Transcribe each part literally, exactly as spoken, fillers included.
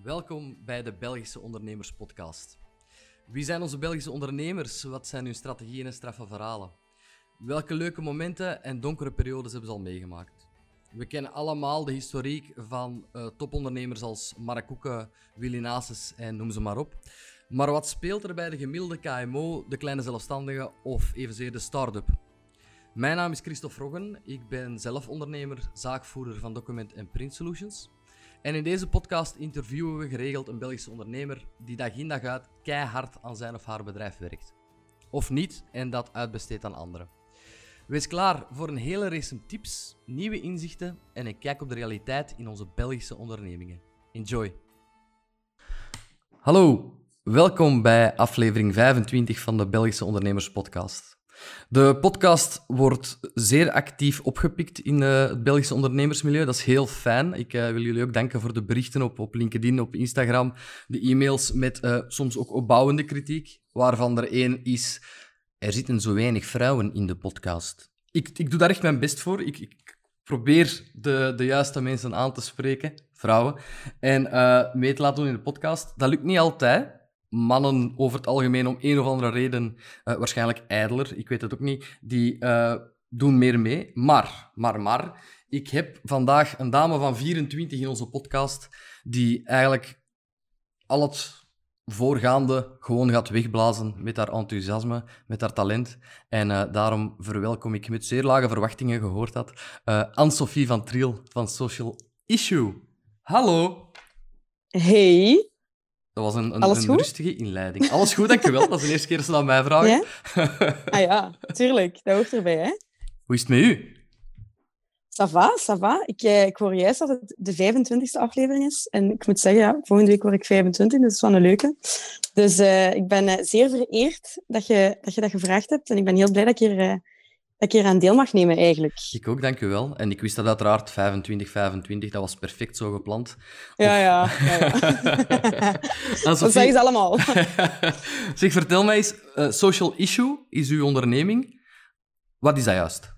Welkom bij de Belgische Ondernemers Podcast. Wie zijn onze Belgische ondernemers? Wat zijn hun strategieën en straffe verhalen? Welke leuke momenten en donkere periodes hebben ze al meegemaakt? We kennen allemaal de historiek van uh, topondernemers als Mark Koeken, Willy Nases en noem ze maar op. Maar wat speelt er bij de gemiddelde K M O, de kleine zelfstandige of evenzeer de start-up? Mijn naam is Christophe Roggen, ik ben zelf ondernemer, zaakvoerder van Document en Print Solutions. En in deze podcast interviewen we geregeld een Belgische ondernemer die dag in dag uit keihard aan zijn of haar bedrijf werkt. Of niet en dat uitbesteedt aan anderen. Wees klaar voor een hele race tips, nieuwe inzichten en een kijk op de realiteit in onze Belgische ondernemingen. Enjoy! Hallo, welkom bij aflevering vijfentwintig van de Belgische Ondernemers Podcast. De podcast wordt zeer actief opgepikt in uh, het Belgische ondernemersmilieu. Dat is heel fijn. Ik uh, wil jullie ook danken voor de berichten op, op LinkedIn, op Instagram, de e-mails met uh, soms ook opbouwende kritiek, waarvan er één is: er zitten zo weinig vrouwen in de podcast. Ik, ik doe daar echt mijn best voor. Ik, ik probeer de, de juiste mensen aan te spreken, vrouwen, en uh, mee te laten doen in de podcast. Dat lukt niet altijd. Mannen over het algemeen om een of andere reden, uh, waarschijnlijk ijdeler, ik weet het ook niet, die uh, doen meer mee. Maar, maar, maar, ik heb vandaag een dame van vierentwintig in onze podcast die eigenlijk al het voorgaande gewoon gaat wegblazen met haar enthousiasme, met haar talent. En uh, daarom verwelkom ik met zeer lage verwachtingen, gehoord had, uh, Anne-Sophie van Triel van Social Issue. Hallo. Hey. Dat was een, een, een rustige inleiding. Alles goed, dankjewel. Dat is de eerste keer dat ze dat aan mij vragen. Ja? Ah ja, tuurlijk. Dat hoort erbij, hè. Hoe is het met u? Ça va, ça va. Ik, eh, ik hoor juist dat het de vijfentwintigste aflevering is. En ik moet zeggen, ja, volgende week word ik vijfentwintig, dus dat is wel een leuke. Dus uh, ik ben uh, zeer vereerd dat je, dat je dat gevraagd hebt. En ik ben heel blij dat ik hier, uh, dat ik hier aan deel mag nemen, eigenlijk. Ik ook, dankjewel. En ik wist dat uiteraard vijfentwintig vijfentwintig, dat was perfect zo gepland. Ja, ja. ja, ja. Dat zeggen ze allemaal. Zeg, vertel mij eens, uh, Social Issue is uw onderneming. Wat is dat juist?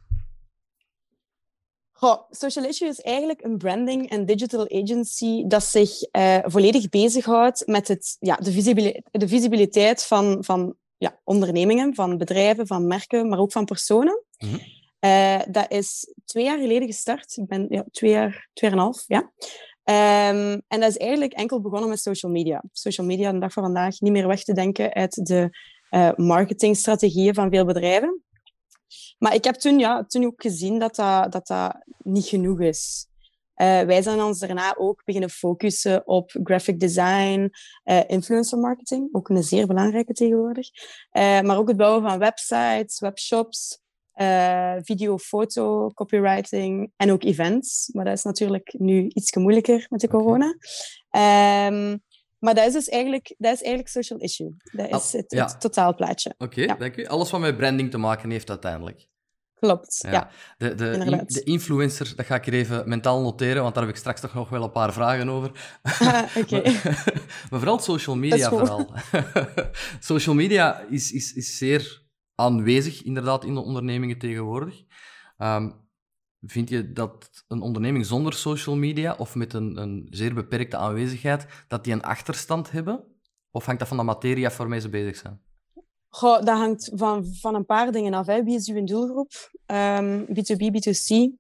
Goh, Social Issue is eigenlijk een branding- en digital agency dat zich uh, volledig bezighoudt met het, ja, de, visibiliteit, de visibiliteit van, van ja, ondernemingen, van bedrijven, van merken, maar ook van personen. Mm-hmm. Uh, dat is twee jaar geleden gestart. Ik ben ja, twee jaar, twee en een half, ja. Um, en dat is eigenlijk enkel begonnen met social media. Social media, de dag van vandaag, niet meer weg te denken uit de uh, marketingstrategieën van veel bedrijven. Maar ik heb toen, ja, toen ook gezien dat dat, dat, dat niet genoeg is. Uh, wij zijn ons daarna ook beginnen focussen op graphic design, uh, influencer marketing, ook een zeer belangrijke tegenwoordig. Uh, maar ook het bouwen van websites, webshops, uh, video, foto, copywriting en ook events. Maar dat is natuurlijk nu iets moeilijker met de corona. Okay. Um, maar dat is dus eigenlijk, dat is eigenlijk Social Issue. Dat is het, ja. het totaalplaatje. Oké, okay, ja. Dank u. Alles wat met branding te maken heeft uiteindelijk. Klopt, ja. ja. De, de, in, de influencer, dat ga ik hier even mentaal noteren, want daar heb ik straks toch nog wel een paar vragen over. Ah, oké. Okay. maar, maar vooral social media vooral. Social media is, is, is zeer aanwezig, inderdaad, in de ondernemingen tegenwoordig. Um, vind je dat een onderneming zonder social media, of met een, een zeer beperkte aanwezigheid, dat die een achterstand hebben? Of hangt dat van de materie af waarmee ze bezig zijn? Goh, dat hangt van, van een paar dingen af. Hè. Wie is uw doelgroep? Um, B twee B, B twee C. Um,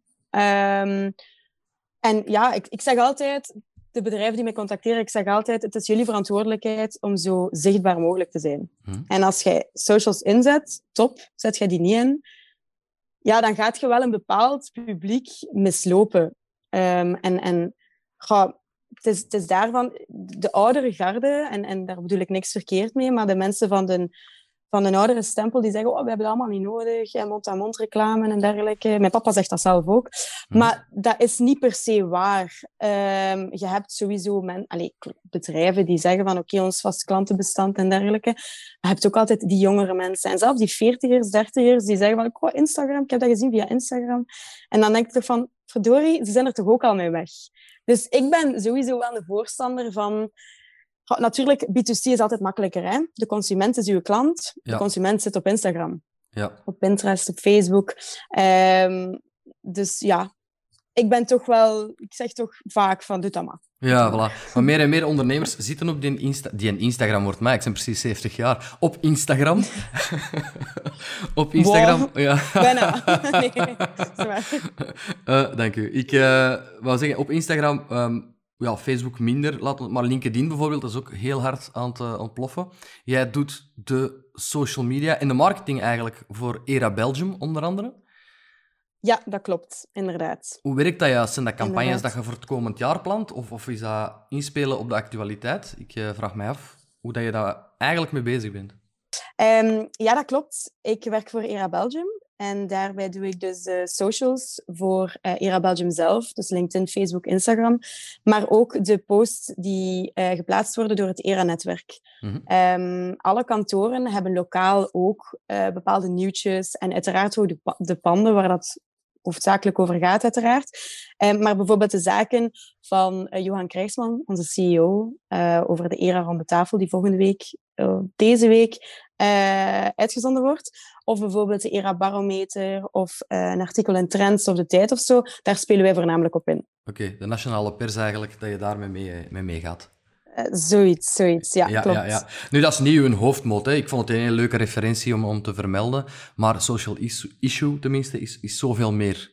en ja, ik, ik zeg altijd, de bedrijven die mij contacteren, ik zeg altijd, het is jullie verantwoordelijkheid om zo zichtbaar mogelijk te zijn. Hmm. En als jij socials inzet, top, zet jij die niet in, ja, dan gaat je wel een bepaald publiek mislopen. Um, en en goh, het, is, het is daarvan, de oudere garde, en, en daar bedoel ik niks verkeerd mee, maar de mensen van de van een oudere stempel die zeggen, oh, we hebben dat allemaal niet nodig, mond-aan-mond reclame en dergelijke. Mijn papa zegt dat zelf ook. Hmm. Maar dat is niet per se waar. Um, je hebt sowieso men, allez, bedrijven die zeggen van, oké, okay, ons vast klantenbestand en dergelijke. Maar je hebt ook altijd die jongere mensen. En zelfs die veertigers, dertigers, die zeggen van, oh, Instagram, ik heb dat gezien via Instagram. En dan denk ik toch van, verdorie, ze zijn er toch ook al mee weg. Dus ik ben sowieso wel een voorstander van... Natuurlijk, B twee C is altijd makkelijker. Hè? De consument is uw klant. Ja. De consument zit op Instagram. Ja. Op Pinterest, op Facebook. Um, dus ja, ik ben toch wel... Ik zeg toch vaak van, doe dat maar. Ja, voilà. Maar meer en meer ondernemers zitten op die, Insta die een Instagram wordt mij. Ik ben precies zeventig jaar. Op Instagram. op Instagram. Wow. Ja. Bijna. Nee, zwaar. Uh, dank u. Ik uh, wou zeggen, op Instagram, um, ja, Facebook minder, laten we het maar LinkedIn bijvoorbeeld, dat is ook heel hard aan het uh, ontploffen. Jij doet de social media en de marketing eigenlijk voor Era Belgium, onder andere. Ja, dat klopt, inderdaad. Hoe werkt dat juist? Zijn dat campagnes Inderdaad. dat je voor het komend jaar plant? Of, of is dat inspelen op de actualiteit? Ik uh, vraag mij af hoe dat je daar eigenlijk mee bezig bent. Um, ja, dat klopt. Ik werk voor Era Belgium. En daarbij doe ik dus de socials voor uh, Era Belgium zelf. Dus LinkedIn, Facebook, Instagram. Maar ook de posts die uh, geplaatst worden door het Era-netwerk. Mm-hmm. Um, alle kantoren hebben lokaal ook uh, bepaalde nieuwtjes. En uiteraard ook de, pa- de panden waar dat hoofdzakelijk over gaat, uiteraard. Um, maar bijvoorbeeld de zaken van uh, Johan Krijgsman, onze C E O, uh, over de Era Ronde Tafel, die volgende week, uh, deze week, uh, uitgezonden wordt. Of bijvoorbeeld de Era Barometer, of uh, een artikel in Trends of De Tijd of zo. Daar spelen wij voornamelijk op in. Oké, okay, de nationale pers eigenlijk, dat je daarmee mee, mee meegaat. Uh, zoiets, zoiets, ja, ja klopt. Ja, ja. Nu, dat is niet uw hoofdmoot, hè. Ik vond het een hele leuke referentie om, om te vermelden. Maar social issue, tenminste, is, is zoveel meer.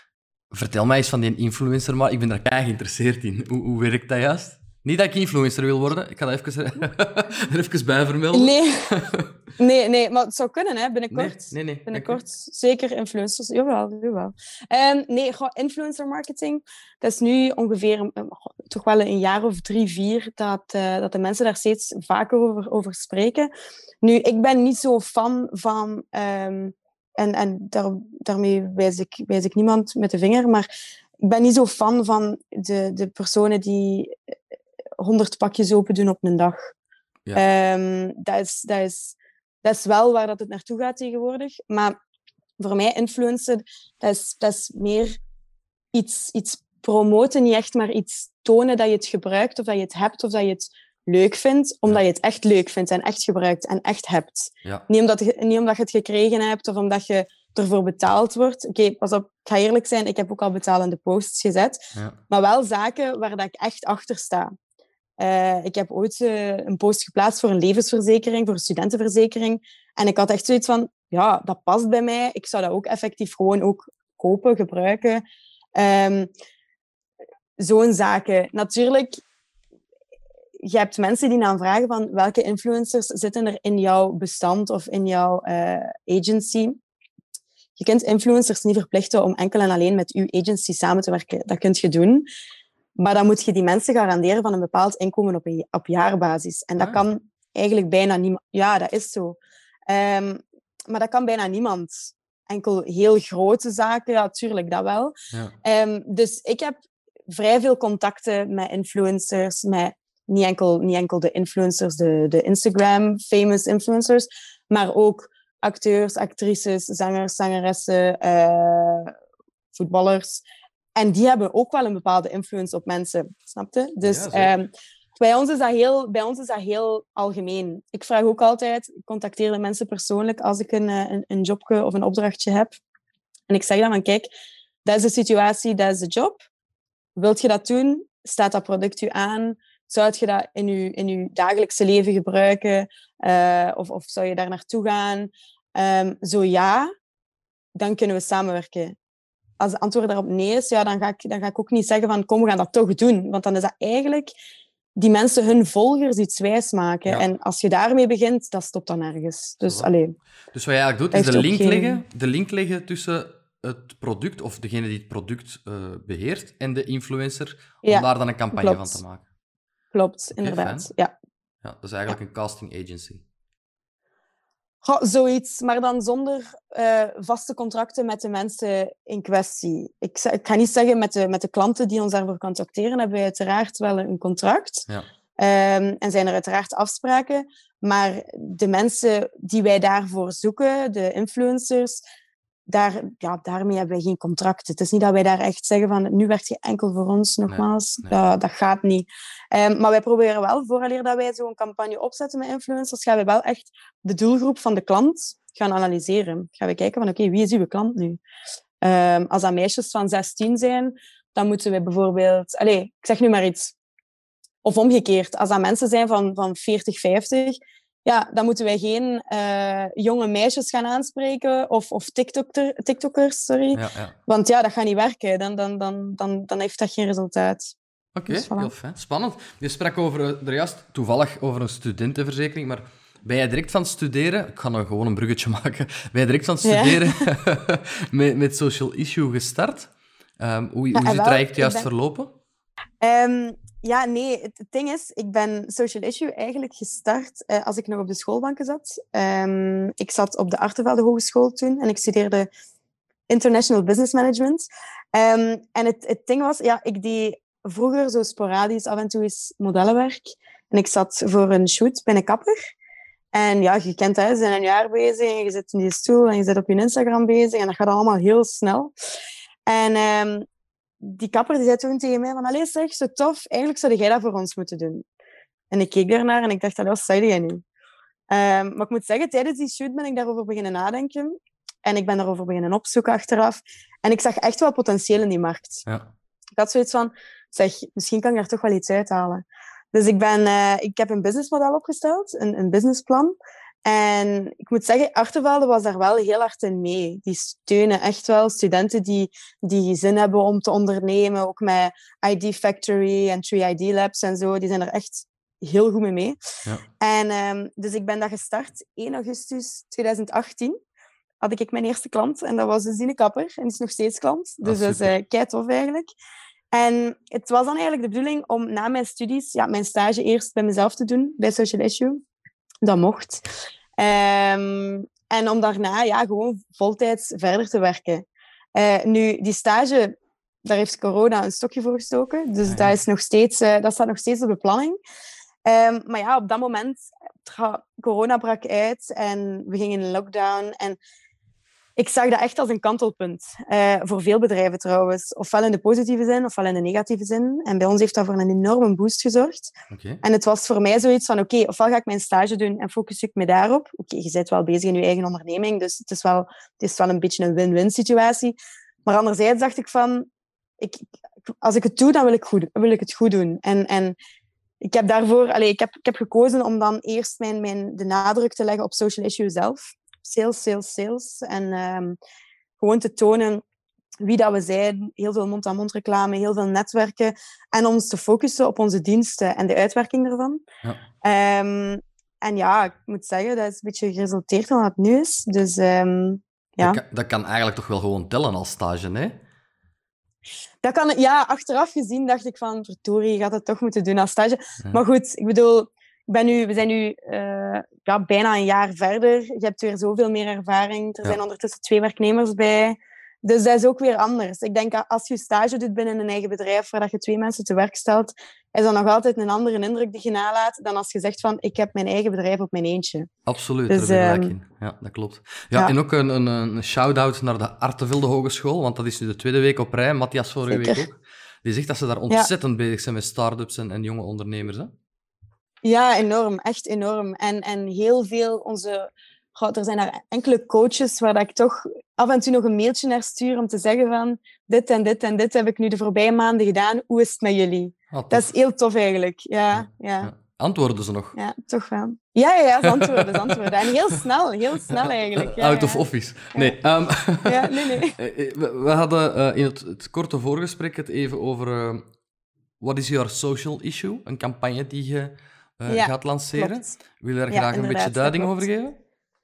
Vertel mij eens van die influencer, maar ik ben daar kei geïnteresseerd in. Hoe, hoe werkt dat juist? Niet dat ik influencer wil worden, ik ga dat even, er even bij vermelden. Nee. nee, nee, maar het zou kunnen, hè, binnenkort. Nee, nee, nee. Binnenkort zeker influencers. Jawel, jawel. Um, nee, influencer marketing, dat is nu ongeveer um, toch wel een jaar of drie, vier dat, uh, dat de mensen daar steeds vaker over, over spreken. Nu, ik ben niet zo fan van... Um, en en daar, daarmee wijs ik, wijs ik niemand met de vinger, maar ik ben niet zo fan van de, de personen die honderd pakjes open doen op een dag. Ja. Um, dat, is, dat, is, dat is wel waar dat het naartoe gaat tegenwoordig. Maar voor mij, influencer, dat is, dat is meer iets, iets promoten, niet echt maar iets tonen dat je het gebruikt, of dat je het hebt, of dat je het leuk vindt, omdat je het echt leuk vindt en echt gebruikt en echt hebt. Ja. Niet, omdat je, niet omdat je het gekregen hebt, of omdat je ervoor betaald wordt. Oké, okay, pas op, ik ga eerlijk zijn, ik heb ook al betalende posts gezet, ja. Maar wel zaken waar dat ik echt achter sta. Uh, ik heb ooit uh, een post geplaatst voor een levensverzekering, voor een studentenverzekering. En ik had echt zoiets van, ja, dat past bij mij. Ik zou dat ook effectief gewoon ook kopen, gebruiken. Um, zo'n zaken. Natuurlijk, je hebt mensen die dan vragen van welke influencers zitten er in jouw bestand of in jouw uh, agency. Je kunt influencers niet verplichten om enkel en alleen met uw agency samen te werken. Dat kun je doen. Maar dan moet je die mensen garanderen van een bepaald inkomen op, een, op jaarbasis. En dat ah. kan eigenlijk bijna niemand... Ja, dat is zo. Um, maar dat kan bijna niemand. Enkel heel grote zaken, ja, tuurlijk, dat wel. Ja. Um, dus ik heb vrij veel contacten met influencers, met niet enkel, niet enkel de influencers, de, de Instagram-famous influencers, maar ook acteurs, actrices, zangers, zangeressen, uh, voetballers... En die hebben ook wel een bepaalde influence op mensen, snap je? Dus ja, um, bij, ons is dat heel, bij ons is dat heel algemeen. Ik vraag ook altijd, ik contacteer de mensen persoonlijk als ik een, een, een jobje of een opdrachtje heb. En ik zeg dan van, kijk, dat is de situatie, dat is de job. Wilt je dat doen? Staat dat product u aan? Zou je dat in je, in je dagelijkse leven gebruiken? Uh, of, of zou je daar naartoe gaan? Um, zo ja, dan kunnen we samenwerken. Als het antwoord daarop nee is, ja, dan, ga ik, dan ga ik ook niet zeggen van kom, we gaan dat toch doen. Want dan is dat eigenlijk die mensen hun volgers iets wijs maken. Ja. En als je daarmee begint, dat stopt dan ergens. Dus, allee, dus wat je eigenlijk doet, is de link, geen... leggen, de link leggen tussen het product, of degene die het product uh, beheert, en de influencer, om ja, daar dan een campagne klopt. van te maken. Klopt, okay, inderdaad. Ja. Ja, dat is eigenlijk ja. een casting agency. Goh, zoiets, maar dan zonder uh, vaste contracten met de mensen in kwestie. Ik, ik ga niet zeggen, met de, met de klanten die ons daarvoor contacteren, hebben wij uiteraard wel een contract. Ja. Um, en zijn er uiteraard afspraken. Maar de mensen die wij daarvoor zoeken, de influencers, daar, ja, daarmee hebben wij geen contract. Het is niet dat wij daar echt zeggen van, nu werkt je enkel voor ons, nogmaals. Nee, nee. Dat, dat gaat niet. Um, maar wij proberen wel, vooraleer dat wij zo'n campagne opzetten met influencers, gaan we wel echt de doelgroep van de klant gaan analyseren. Gaan we kijken van, oké, okay, wie is uw klant nu? Um, als dat meisjes van zestien zijn, dan moeten we bijvoorbeeld... Allez, ik zeg nu maar iets. Of omgekeerd, als dat mensen zijn van, van veertig, vijftig... Ja, dan moeten wij geen uh, jonge meisjes gaan aanspreken of, of TikToker, TikTokers, sorry. Ja, ja. Want ja, dat gaat niet werken. Dan, dan, dan, dan, dan heeft dat geen resultaat. Oké, okay, dus voilà. Heel fijn. Spannend. Je sprak over, er juist toevallig over een studentenverzekering, maar ben jij direct van het studeren... Ik ga nou gewoon een bruggetje maken. Ben jij direct van het studeren ja. met, met Social Issue gestart? Um, hoe hoe ja, is het traject juist ben... verlopen? Um, ja, nee. Het, het ding is, ik ben Social Issue eigenlijk gestart uh, als ik nog op de schoolbanken zat. Um, ik zat op de Artevelde Hogeschool toen en ik studeerde International Business Management. Um, en het, het ding was, ja, ik deed vroeger zo sporadisch af en toe eens modellenwerk. En ik zat voor een shoot bij een kapper. En ja, je kent het, ze zijn een jaar bezig en je zit in die stoel en je zit op je Instagram bezig en dat gaat allemaal heel snel. En um, die kapper die zei toen tegen mij van, allee zeg, zo tof, eigenlijk zou jij dat voor ons moeten doen. En ik keek daarnaar en ik dacht, wat zei jij nu? Um, maar ik moet zeggen, tijdens die shoot ben ik daarover beginnen nadenken. En ik ben daarover beginnen opzoeken achteraf. En ik zag echt wel potentieel in die markt. Ja. Ik had zoiets van, zeg, misschien kan ik daar toch wel iets uithalen. Dus ik, ben, uh, ik heb een businessmodel opgesteld, een, een businessplan. En ik moet zeggen, Artevelde was daar wel heel hard in mee. Die steunen echt wel studenten die, die zin hebben om te ondernemen. Ook met I D Factory en three I D Labs en zo. Die zijn er echt heel goed mee mee. Ja. En, um, dus ik ben dat gestart één augustus tweeduizend achttien. Had ik mijn eerste klant. En dat was dus die kapper. En die is nog steeds klant. Dus dat is uh, kei tof eigenlijk. En het was dan eigenlijk de bedoeling om na mijn studies ja, mijn stage eerst bij mezelf te doen, bij Social Issue. Dat mocht. Um, en om daarna ja, gewoon voltijds verder te werken. Uh, nu, die stage, daar heeft corona een stokje voor gestoken. Dus ja. dat, is nog steeds, uh, dat staat nog steeds op de planning. Um, maar ja, op dat moment, tra- corona brak uit en we gingen in lockdown. En ik zag dat echt als een kantelpunt. Uh, voor veel bedrijven trouwens. Ofwel in de positieve zin, ofwel in de negatieve zin. En bij ons heeft dat voor een enorme boost gezorgd. Okay. En het was voor mij zoiets van, oké, okay, ofwel ga ik mijn stage doen en focus ik me daarop. Oké, okay, je bent wel bezig in je eigen onderneming, dus het is wel, het is wel een beetje een win-win situatie. Maar anderzijds dacht ik van, ik, als ik het doe, dan wil ik, goed, wil ik het goed doen. En, en ik heb daarvoor, allez, ik, heb, ik heb gekozen om dan eerst mijn, mijn, de nadruk te leggen op Social Issue zelf. Sales, sales, sales. En um, gewoon te tonen wie dat we zijn. Heel veel mond-aan-mond reclame, heel veel netwerken. En ons te focussen op onze diensten en de uitwerking daarvan. Ja. Um, en ja, ik moet zeggen, dat is een beetje geresulteerd van wat het nu is. Dus um, ja. Dat kan, dat kan eigenlijk toch wel gewoon tellen als stage, hè? Dat kan, ja, achteraf gezien dacht ik van, verdorie, je gaat het toch moeten doen als stage. Ja. Maar goed, ik bedoel... Ik ben nu, we zijn nu uh, ja, bijna een jaar verder. Je hebt weer zoveel meer ervaring. Er ja. zijn ondertussen twee werknemers bij. Dus dat is ook weer anders. Ik denk, als je stage doet binnen een eigen bedrijf waar je twee mensen te werk stelt, is dat nog altijd een andere indruk die je nalaat dan als je zegt van, ik heb mijn eigen bedrijf op mijn eentje. Absoluut, dus, daar ben ik gelijk in. Ja, dat klopt. Ja, ja. En ook een, een, een shout-out naar de Artevelde Hogeschool, want dat is nu de tweede week op rij. Matthias vorige Zeker. week ook. Die zegt dat ze daar ontzettend ja. bezig zijn met start-ups en, en jonge ondernemers, hè? Ja, enorm. Echt enorm. En, en heel veel onze... Goh, er zijn daar enkele coaches waar ik toch af en toe nog een mailtje naar stuur om te zeggen van dit en dit en dit heb ik nu de voorbije maanden gedaan. Hoe is het met jullie? Ah, dat is heel tof eigenlijk. Ja, ja. ja. ja. Antwoorden ze nog? Ja, toch wel. Ja, ja, ja, ze antwoorden, ze antwoorden. En heel snel, heel snel eigenlijk. Ja, Out ja. of office. Nee. Ja, um, ja nee, nee. We, we hadden uh, in het, het korte voorgesprek het even over uh, What is your social issue? Een campagne die je uh, ja, gaat lanceren. Klopt. Wil je daar ja, graag een beetje duiding over geven?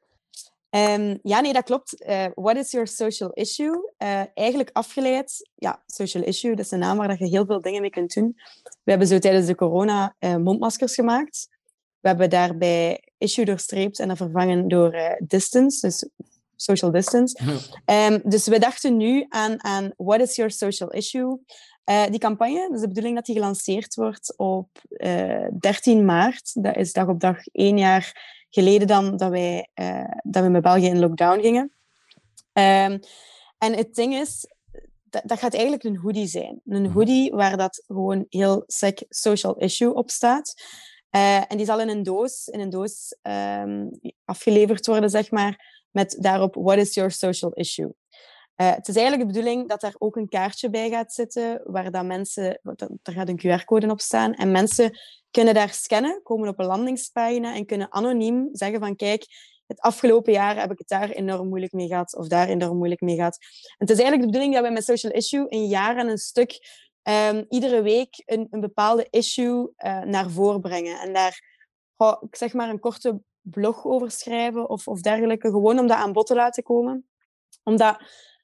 Um, ja, nee, dat klopt. Uh, what is your social issue? Uh, eigenlijk afgeleid... Ja, social issue, dat is een naam waar je heel veel dingen mee kunt doen. We hebben zo tijdens de corona uh, mondmaskers gemaakt. We hebben daarbij issue doorstreept en dat vervangen door uh, distance, dus social distance. Ja. Um, dus we dachten nu aan, aan what is your social issue? Uh, die campagne, dat is de bedoeling dat die gelanceerd wordt op uh, dertien maart. Dat is dag op dag één jaar geleden dan dat wij, uh, dat we met België in lockdown gingen. Um, en het ding is, dat, dat gaat eigenlijk een hoodie zijn. Een hoodie waar dat gewoon heel sec social issue op staat. Uh, en die zal in een doos, in een doos um, afgeleverd worden, zeg maar, met daarop what is your social issue. Uh, het is eigenlijk de bedoeling dat er ook een kaartje bij gaat zitten, waar dat mensen... Er gaat een Q R-code op staan. En mensen kunnen daar scannen, komen op een landingspagina en kunnen anoniem zeggen van kijk, het afgelopen jaar heb ik het daar enorm moeilijk mee gehad of daar enorm moeilijk mee gehad. En het is eigenlijk de bedoeling dat we met Social Issue een jaar en een stuk um, iedere week een, een bepaalde issue uh, naar voren brengen. En daar, oh, ik zeg maar, een korte blog over schrijven of, of dergelijke, gewoon om dat aan bod te laten komen. Omdat,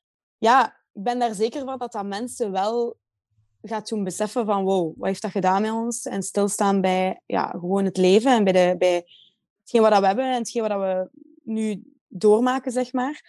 ja, ik ben daar zeker van dat dat mensen wel gaat doen beseffen van wow, wat heeft dat gedaan met ons? En stilstaan bij ja, gewoon het leven en bij, de, bij hetgeen wat we hebben en hetgeen wat we nu doormaken, zeg maar.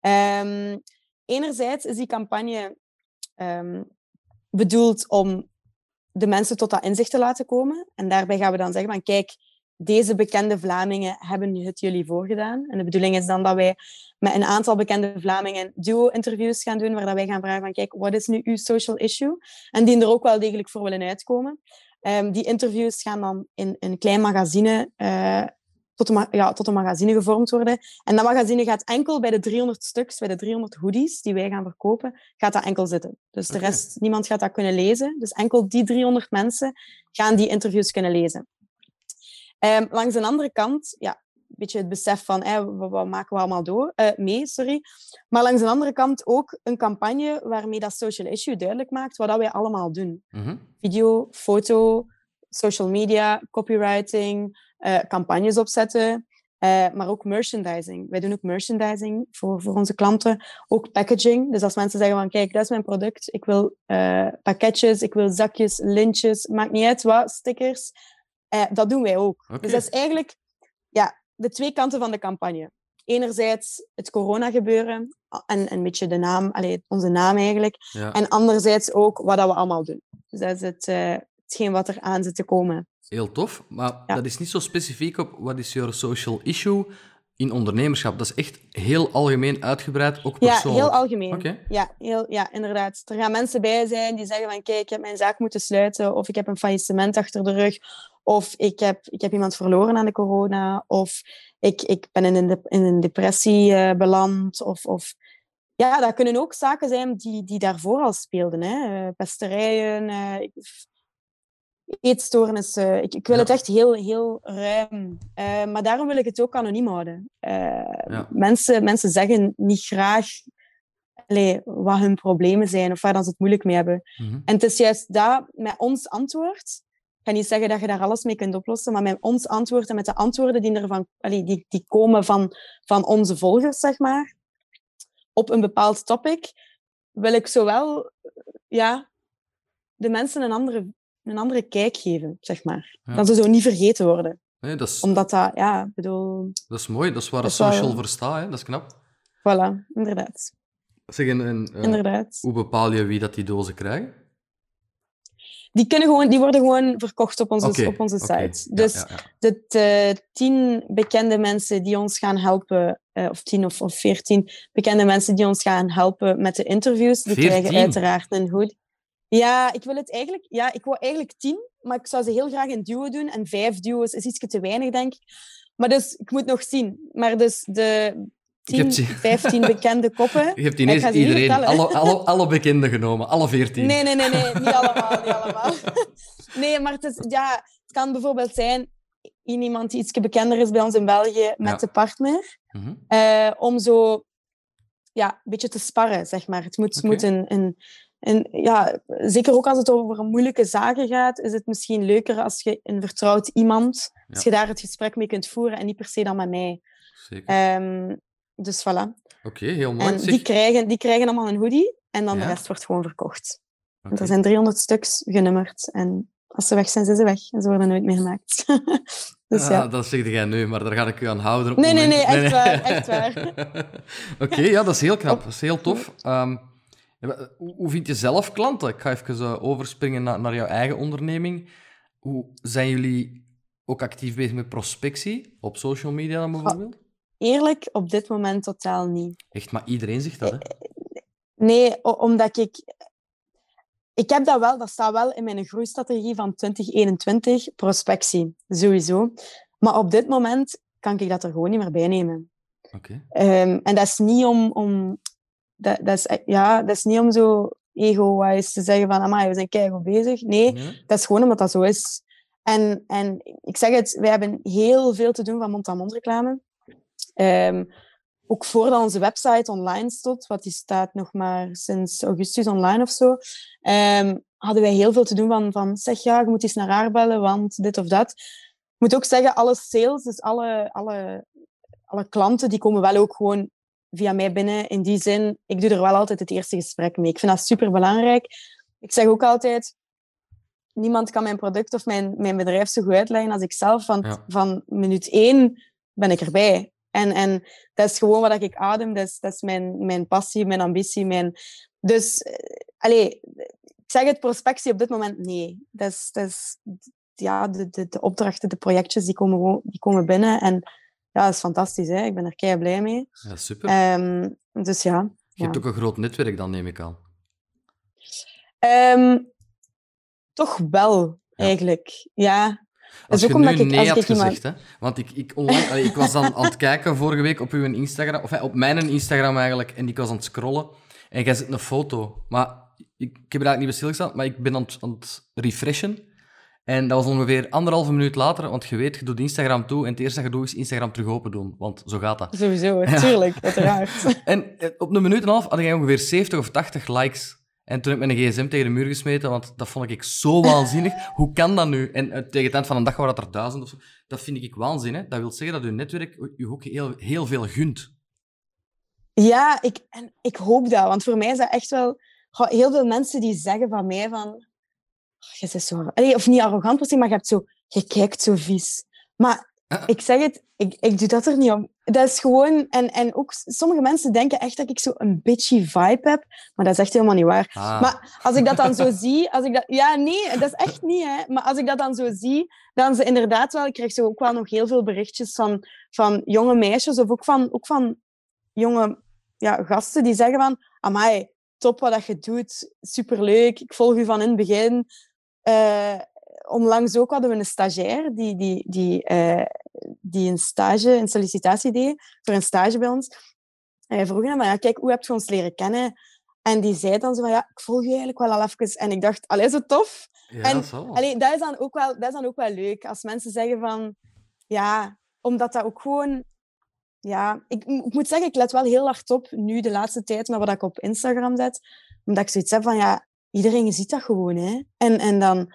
Um, enerzijds is die campagne um, bedoeld om de mensen tot dat inzicht te laten komen. En daarbij gaan we dan zeggen van kijk, deze bekende Vlamingen hebben het jullie voorgedaan. En de bedoeling is dan dat wij met een aantal bekende Vlamingen duo-interviews gaan doen, waar dat wij gaan vragen van kijk, wat is nu uw social issue? En die er ook wel degelijk voor willen uitkomen. Um, die interviews gaan dan in een klein magazine, uh, tot, een ma- ja, tot een magazine gevormd worden. En dat magazine gaat enkel bij de driehonderd stuks, bij de driehonderd hoodies die wij gaan verkopen, gaat dat enkel zitten. Dus de Okay. rest, niemand gaat dat kunnen lezen. Dus enkel die driehonderd mensen gaan die interviews kunnen lezen. Um, langs de andere kant, ja, een beetje het besef van eh, wat, wat maken we allemaal door, uh, mee, sorry. Maar langs de andere kant ook een campagne waarmee dat social issue duidelijk maakt wat dat wij allemaal doen. Mm-hmm. Video, foto, social media, copywriting, uh, campagnes opzetten, uh, maar ook merchandising. Wij doen ook merchandising voor, voor onze klanten, ook packaging. Dus als mensen zeggen van kijk, dat is mijn product, ik wil uh, pakketjes, ik wil zakjes, lintjes, maakt niet uit wat, stickers. Uh, dat doen wij ook. Okay. Dus dat is eigenlijk ja, de twee kanten van de campagne. Enerzijds het corona-gebeuren en een beetje de naam, allee, onze naam eigenlijk. Ja. En anderzijds ook wat dat we allemaal doen. Dus dat is het, uh, hetgeen wat er aan zit te komen. Heel tof, maar ja. dat is niet zo specifiek op wat is je social issue in ondernemerschap. Dat is echt heel algemeen uitgebreid, ook persoonlijk. Ja, heel algemeen. Okay. Ja, heel, ja, inderdaad. Er gaan mensen bij zijn die zeggen van kijk, ik heb mijn zaak moeten sluiten of ik heb een faillissement achter de rug of ik heb, ik heb iemand verloren aan de corona of ik, ik ben in een, de, in een depressie uh, beland. Of, of... Ja, dat kunnen ook zaken zijn die, die daarvoor al speelden. Hè. Uh, pesterijen, uh, eetstoornissen. Ik, ik wil ja. het echt heel, heel ruim. Uh, maar daarom wil ik het ook anoniem houden. Uh, ja. mensen, mensen zeggen niet graag allee, wat hun problemen zijn of waar dan ze het moeilijk mee hebben. Mm-hmm. En het is juist dat, met ons antwoord... Ik ga niet zeggen dat je daar alles mee kunt oplossen, maar met ons antwoord en met de antwoorden die, ervan, allee, die, die komen van, van onze volgers, zeg maar, op een bepaald topic, wil ik zowel ja, de mensen een andere, een andere kijk geven, zeg maar. Ja. Dat ze zo niet vergeten worden. Nee, dat is... Omdat dat, ja, bedoel... Dat is mooi, dat is waar de social wel... voor staat, hè? Dat is knap. Voilà, inderdaad. Zeg, en, en, uh, inderdaad. Hoe bepaal je wie dat die dozen krijgen? Die, kunnen gewoon, die worden gewoon verkocht op onze, okay, op onze okay. site. Dus ja, ja, ja. de uh, tien bekende mensen die ons gaan helpen, uh, of tien of, of veertien bekende mensen die ons gaan helpen met de interviews, die veertien? krijgen uiteraard een hoodie. Ja, ik wil het eigenlijk... Ja, ik wou eigenlijk tien, maar ik zou ze heel graag in duo doen. En vijf duo's is iets te weinig, denk ik. Maar dus, ik moet nog zien. Maar dus de... tien, vijftien bekende koppen. Je hebt ineens iedereen, alle, alle, alle bekenden genomen, alle veertien. Nee, nee, nee, nee, niet allemaal, niet allemaal. Nee, maar het, is, ja, het kan bijvoorbeeld zijn iemand die iets bekender is bij ons in België met ja. de partner, mm-hmm. uh, om zo ja, een beetje te sparren, zeg maar. Het moet, okay. moet een, een, een... Ja, zeker ook als het over moeilijke zaken gaat, is het misschien leuker als je een vertrouwd iemand, ja. als je daar het gesprek mee kunt voeren en niet per se dan met mij. Zeker. Um, Dus voilà. Oké, okay, heel mooi. En die krijgen, die krijgen allemaal een hoodie en dan ja. de rest wordt gewoon verkocht. Okay. Er zijn driehonderd stuks genummerd en als ze weg zijn, zijn ze weg. En ze worden nooit meer gemaakt. Dus, ah, ja. Dat zeg jij nu, maar daar ga ik u aan houden. Op nee, nee, nee, echt nee, nee. waar. Echt waar. Oké, okay, ja, dat is heel knap. Dat is heel tof. Um, hoe vind je zelf klanten? Ik ga even overspringen naar, naar jouw eigen onderneming. Hoe zijn jullie ook actief bezig met prospectie? Op social media dan bijvoorbeeld? Oh. Eerlijk, op dit moment totaal niet. Echt, maar iedereen zegt dat, hè? Nee, omdat ik... Ik heb dat wel, dat staat wel in mijn groeistrategie van twintig eenentwintig, prospectie, sowieso. Maar op dit moment kan ik dat er gewoon niet meer bij nemen. Okay. Um, en dat is niet om, om dat, dat, is, ja, dat is niet om zo ego-wise te zeggen van, amai, we zijn keigoed bezig. Nee, Nee? dat is gewoon omdat dat zo is. En, en ik zeg het, wij hebben heel veel te doen van mond-aan-mond reclame. Um, ook voordat onze website online stond, want die staat nog maar sinds augustus online of zo, um, hadden wij heel veel te doen van, van zeg ja, je moet eens naar haar bellen, want dit of dat. Ik moet ook zeggen, alle sales, dus alle, alle, alle klanten, die komen wel ook gewoon via mij binnen. In die zin, ik doe er wel altijd het eerste gesprek mee. Ik vind dat superbelangrijk. Ik zeg ook altijd, niemand kan mijn product of mijn, mijn bedrijf zo goed uitleggen als ik zelf. Want ja. van minuut één ben ik erbij. En, en dat is gewoon wat ik adem. Dat is, dat is mijn, mijn passie, mijn ambitie. Mijn... Dus, uh, allez, ik zeg het, prospectie op dit moment, nee. Dat is, dat is, ja, de, de, de opdrachten, de projectjes, die komen, die komen binnen. En ja, dat is fantastisch. Hè? Ik ben er kei blij mee. Ja, super. Um, dus ja. Je hebt ja. ook een groot netwerk dan, neem ik aan. Um, toch wel, ja. eigenlijk. Ja. Als je nu ik, nee had gezegd, iemand... hè? Want ik, ik, onlang, allee, ik was dan aan het kijken vorige week op uw Instagram, of op mijn Instagram eigenlijk, en ik was aan het scrollen, en jij zet een foto. Maar ik, ik heb er eigenlijk niet bij stilgestaan, maar ik ben aan het, aan het refreshen. En dat was ongeveer anderhalve minuut later, want je weet, je doet Instagram toe, en het eerste dat je doet is Instagram terug open doen, want zo gaat dat. Sowieso, natuurlijk, ja. Uiteraard. En op een minuut en een half had jij ongeveer zeventig of tachtig likes. En toen heb ik mijn gsm tegen de muur gesmeten, want dat vond ik zo waanzinnig. Hoe kan dat nu? En uh, tegen het eind van een dag waren dat er duizend of zo. Dat vind ik waanzin. Hè? Dat wil zeggen dat uw netwerk u ook heel, heel veel gunt. Ja, ik, en ik hoop dat. Want voor mij is dat echt wel... Heel veel mensen die zeggen van mij van... Oh, je bent zo... Of niet arrogant per se, maar je, hebt zo, je kijkt zo vies. Maar uh. ik zeg het, ik, ik doe dat er niet om. Dat is gewoon... En, en ook sommige mensen denken echt dat ik zo een bitchy vibe heb. Maar dat is echt helemaal niet waar. Ah. Maar als ik dat dan zo zie... Als ik dat, ja, nee, dat is echt niet, hè. Maar als ik dat dan zo zie, dan ze inderdaad wel... Ik krijg zo ook wel nog heel veel berichtjes van, van jonge meisjes of ook van, ook van jonge ja, gasten die zeggen van... Amai, top wat dat je doet. Superleuk. Ik volg u van in het begin. Uh, onlangs ook hadden we een stagiair die, die, die, uh, die een stage, een sollicitatie deed voor een stage bij ons. En wij vroegen hem van, ja, kijk, hoe heb je ons leren kennen? En die zei dan zo van, ja, ik volg je eigenlijk wel al even. En ik dacht, allee, zo tof. Ja, en zo. Allee, dat, is dan ook wel, dat is dan ook wel leuk. Als mensen zeggen van, ja, omdat dat ook gewoon... Ja, ik, ik moet zeggen, ik let wel heel hard op, nu de laatste tijd, met wat ik op Instagram zet. Omdat ik zoiets heb van, ja, iedereen ziet dat gewoon, hè. En, en dan...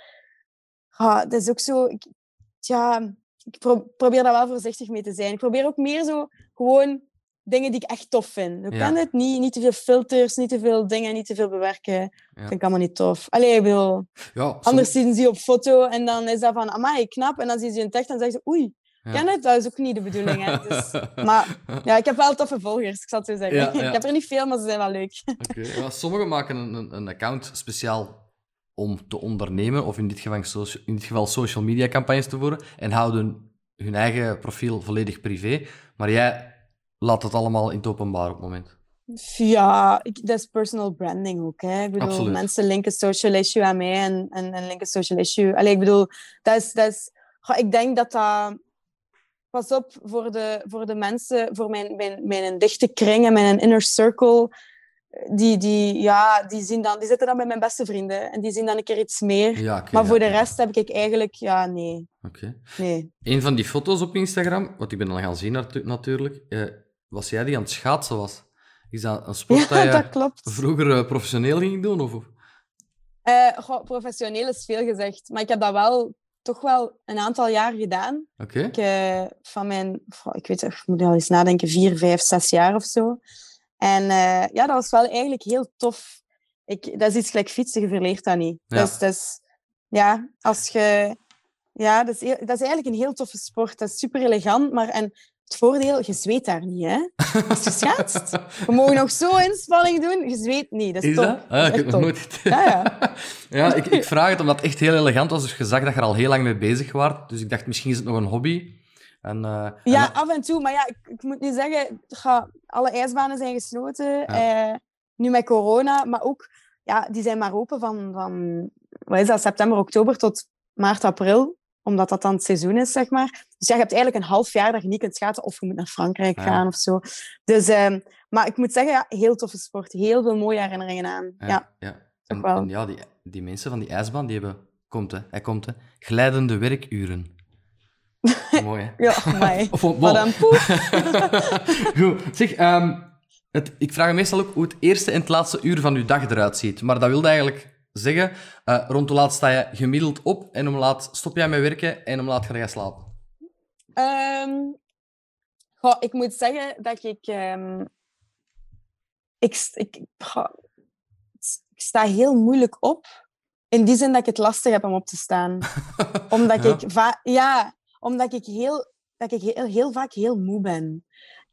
Ja, dat is ook zo... Ik, ja, ik pro- probeer daar wel voorzichtig mee te zijn. Ik probeer ook meer zo gewoon dingen die ik echt tof vind. Ik ja. ken het niet. Niet te veel filters, niet te veel dingen, niet te veel bewerken. Ja. Vind ik allemaal niet tof. Allee, ik bedoel... Ja, anders zo... zien ze je op foto en dan is dat van, amai, knap. En dan zien ze je in tekst en zeggen ze, oei, ja. ken het? Dat is ook niet de bedoeling, hè. Dus, maar ja, ik heb wel toffe volgers, ik zal het zo zeggen. Ja, ja. Ik heb er niet veel, maar ze zijn wel leuk. Okay. Ja, sommigen maken een, een account speciaal om te ondernemen, of in dit geval, social, in dit geval social media campagnes te voeren, en houden hun eigen profiel volledig privé. Maar jij laat het allemaal in het openbaar op het moment. Ja, ik, dat is personal branding ook. Hè. Ik bedoel, Absoluut. Mensen linken social issue aan mij en, en, en linken social issue. Allee, ik bedoel, dat is... Dat is goh, ik denk dat dat... Pas op, voor de, voor de mensen, voor mijn, mijn, mijn dichte kring en mijn inner circle, die, die, ja, die, zien dan, die zitten dan bij mijn beste vrienden en die zien dan een keer iets meer. Ja, okay, maar ja, voor de ja. rest heb ik eigenlijk, ja, nee. Okay. nee. Een van die foto's op Instagram, wat ik ben dan gaan zien natu- natuurlijk, eh, was jij die aan het schaatsen was. Is dat een sport ja, dat je dat klopt. vroeger uh, professioneel ging doen? Of? Uh, goh, professioneel is veel gezegd, maar ik heb dat wel toch wel een aantal jaar gedaan. Okay. Ik, uh, van mijn, ik weet ik moet al eens nadenken, vier, vijf, zes jaar of zo. En uh, ja, dat was wel eigenlijk heel tof. Ik, dat is iets gelijk fietsen, je verleert dat niet. Ja. Dus, dus ja, als je... Ja, dat is, dat is eigenlijk een heel toffe sport. Dat is super elegant, maar... En het voordeel, je zweet daar niet, hè. Als je schaatst. We mogen nog zo inspanning doen, je zweet niet. Dat is, is top. Dat? Ah, dat is ik heb nog nooit... Ja, ja. ja ik, ik vraag het omdat het echt heel elegant was. Dus je zag dat je er al heel lang mee bezig was. Dus ik dacht, misschien is het nog een hobby. En, uh, ja, en... af en toe. Maar ja, ik, ik moet nu zeggen, ga, alle ijsbanen zijn gesloten. Ja. Uh, nu met corona. Maar ook, ja, die zijn maar open van, van wat is dat, september, oktober tot maart, april. omdat dat dan het seizoen is, zeg maar. Dus ja, je hebt eigenlijk een half jaar dat je niet kunt schaatsen of je moet naar Frankrijk Ja. gaan of zo. Dus, um, maar ik moet zeggen, ja, heel toffe sport. Heel veel mooie herinneringen aan. Ja, Ja, ja. toch En, wel. en ja, die, die mensen van die ijsbaan, die hebben... Komt, hè. Hij komt, hè. Glijdende werkuren. Mooi, hè? Ja, amai. Of, bon. Maar dan poef. Goed. Zeg, um, het, ik vraag me meestal ook hoe het eerste en het laatste uur van uw dag eruit ziet. Maar dat wilde eigenlijk zeggen, uh, rond hoe laat sta je gemiddeld op en hoe laat stop jij met werken en hoe laat ga je slapen? Um, goh, ik moet zeggen dat ik... Um, ik, ik, goh, ik sta heel moeilijk op. In die zin dat ik het lastig heb om op te staan. Omdat ja. ik, va- ja, omdat ik, heel, dat ik heel, heel vaak heel moe ben.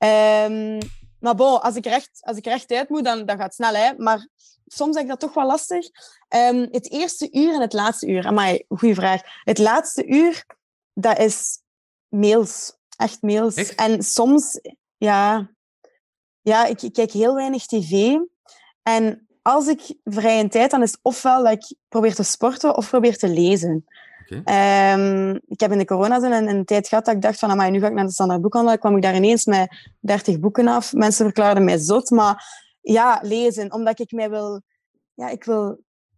Um, maar bon, als ik, recht, als ik rechtuit moet, dan, dan gaat het snel. Hè? Maar soms heb ik dat toch wel lastig. Um, het eerste uur en het laatste uur. Amai, goeie vraag. Het laatste uur, dat is mails. Echt mails. Echt? En soms, ja... Ja, ik, ik kijk heel weinig tv. En... Als ik vrije tijd, dan is het ofwel dat ik probeer te sporten of probeer te lezen. Okay. Um, ik heb in de coronazone een, een tijd gehad dat ik dacht van, amai, nu ga ik naar de standaard boekhandel. kwam ik daar ineens met dertig boeken af. Mensen verklaarden mij zot. Maar ja, lezen. Omdat ik mij wil... Ja, ik wil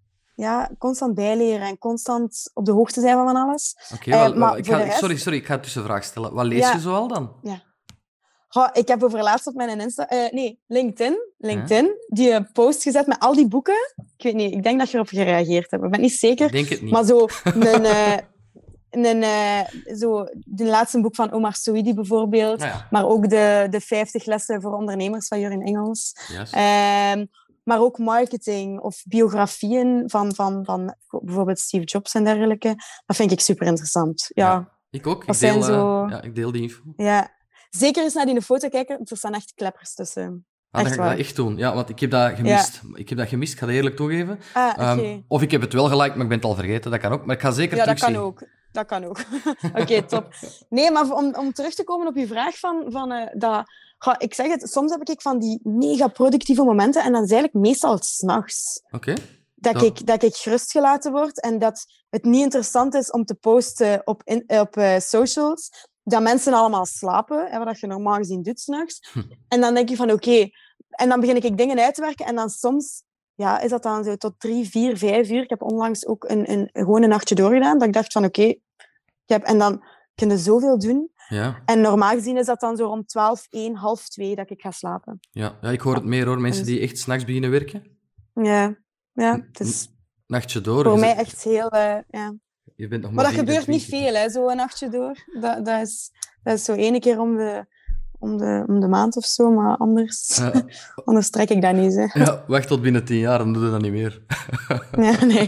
ja, constant bijleren en constant op de hoogte zijn van alles. Oké, okay, uh, maar ik ga, rest... sorry, sorry, ik ga een tussenvraag stellen. Wat lees ja. je zoal dan? Ja. Oh, ik heb over laatst op mijn Insta... Uh, nee, LinkedIn. LinkedIn. Huh? Die uh, post gezet met al die boeken. Ik weet niet, ik denk dat je erop gereageerd hebt. Ik ben niet zeker. Ik denk het niet. Maar zo... Een, uh, een, uh, zo de laatste boek van Omar Soidi bijvoorbeeld. Ah, ja. Maar ook de, de vijftig lessen voor ondernemers van Jurgen Engels. Yes. Uh, maar ook marketing of biografieën van, van, van bijvoorbeeld Steve Jobs en dergelijke. Dat vind ik super interessant. Ja. ja ik ook. Ik deel, deel, zo... uh, ja, ik deel die info. Ja. Zeker eens naar die foto kijken, er staan echt kleppers tussen. Ah, echt dan ga ik dat echt doen. Ja, want ik heb dat gemist. Ja. Ik heb dat gemist, ik ga dat eerlijk toegeven. Ah, okay. um, of ik heb het wel geliked, maar ik ben het al vergeten. Dat kan ook. Maar ik ga zeker ja, terugzien. Ja, dat kan ook. Dat kan ook. Oké, okay, top. Nee, maar om, om terug te komen op je vraag van... van uh, dat, ga, ik zeg het, soms heb ik van die mega productieve momenten en dat is eigenlijk meestal 's nachts. Oké. Okay. Dat, ja. ik, dat ik gerustgelaten word en dat het niet interessant is om te posten op, in, op uh, socials... Dat mensen allemaal slapen, hè, wat je normaal gezien doet 's nachts. Hm. En dan denk je van, oké... Okay, en dan begin ik dingen uit te werken en dan soms... Ja, is dat dan zo tot drie, vier, vijf uur. Ik heb onlangs ook een, een, gewoon een nachtje doorgedaan. Dat ik dacht van, oké... Okay, en dan kun je zoveel doen. Ja. En normaal gezien is dat dan zo rond twaalf, één, half twee dat ik ga slapen. Ja, ja ik hoor het meer hoor. Mensen die echt 's nachts beginnen werken. Ja, ja. Het is nachtje door. voor mij echt heel... Uh, ja. Je bent nog maar, maar dat gebeurt vierentwintig. niet veel, hè, zo een nachtje door. Dat, dat, is, dat is zo ene keer om de, om de, om de maand of zo, maar anders, ja. anders trek ik dat niet. Hè. Ja, wacht tot binnen tien jaar, dan doe je dat niet meer. Ja, nee.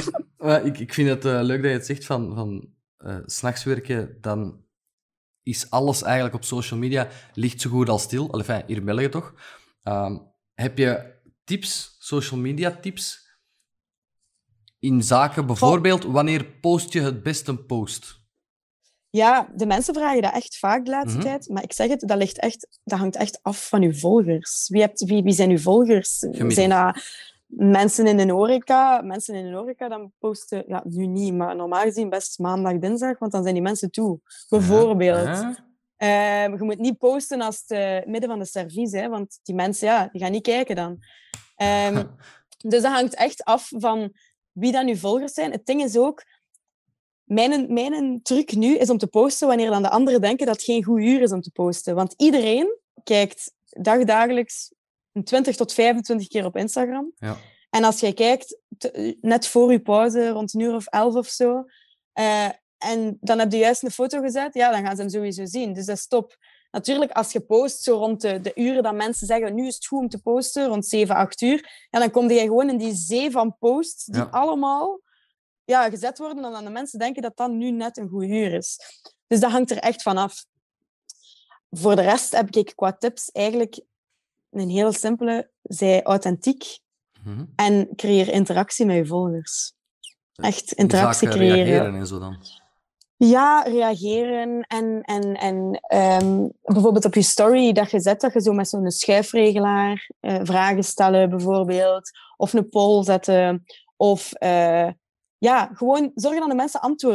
ik, ik vind het uh, leuk dat je het zegt van, van uh, 's nachts werken, dan is alles eigenlijk op social media ligt zo goed als stil. Enfin, hier in België toch. Um, heb je tips, social media tips... In zaken bijvoorbeeld, wanneer post je het best een post? Ja, de mensen vragen dat echt vaak de laatste mm-hmm. tijd. Maar ik zeg het, dat, ligt echt, dat hangt echt af van uw volgers. Wie, hebt, wie, wie zijn uw volgers? Gemiddeld. Zijn dat mensen in de horeca? Mensen in de horeca dan posten... Ja, nu niet, maar normaal gezien best maandag, dinsdag. Want dan zijn die mensen toe. Bijvoorbeeld. Uh-huh. Uh, je moet niet posten als het uh, midden van de service. Hè, want die mensen, ja, die gaan niet kijken dan. Um, dus dat hangt echt af van... wie dan uw volgers zijn. Het ding is ook... Mijn, mijn truc nu is om te posten wanneer dan de anderen denken dat het geen goed uur is om te posten. Want iedereen kijkt dagdagelijks twintig tot vijfentwintig keer op Instagram. Ja. En als jij kijkt, te, net voor je pauze, rond een uur of elf of zo, uh, en dan heb je juist een foto gezet, ja, dan gaan ze hem sowieso zien. Dus dat is top. Natuurlijk, als je post zo rond de, de uren dat mensen zeggen nu is het goed om te posten, rond zeven, acht uur, ja, dan kom je gewoon in die zee van posts die ja. allemaal ja, gezet worden en dan de mensen denken dat dat nu net een goed uur is. Dus dat hangt er echt van af. Voor de rest heb ik qua tips eigenlijk een heel simpele. Zij authentiek mm-hmm. en creëer interactie met je volgers. Echt interactie creëren. Reageren en zo dan. Ja, reageren en, en, en um, bijvoorbeeld op je story dat je zet, dat je zo met zo'n schuifregelaar uh, vragen stellen bijvoorbeeld, of een poll zetten, of uh, ja, gewoon zorgen dat de mensen antwoorden.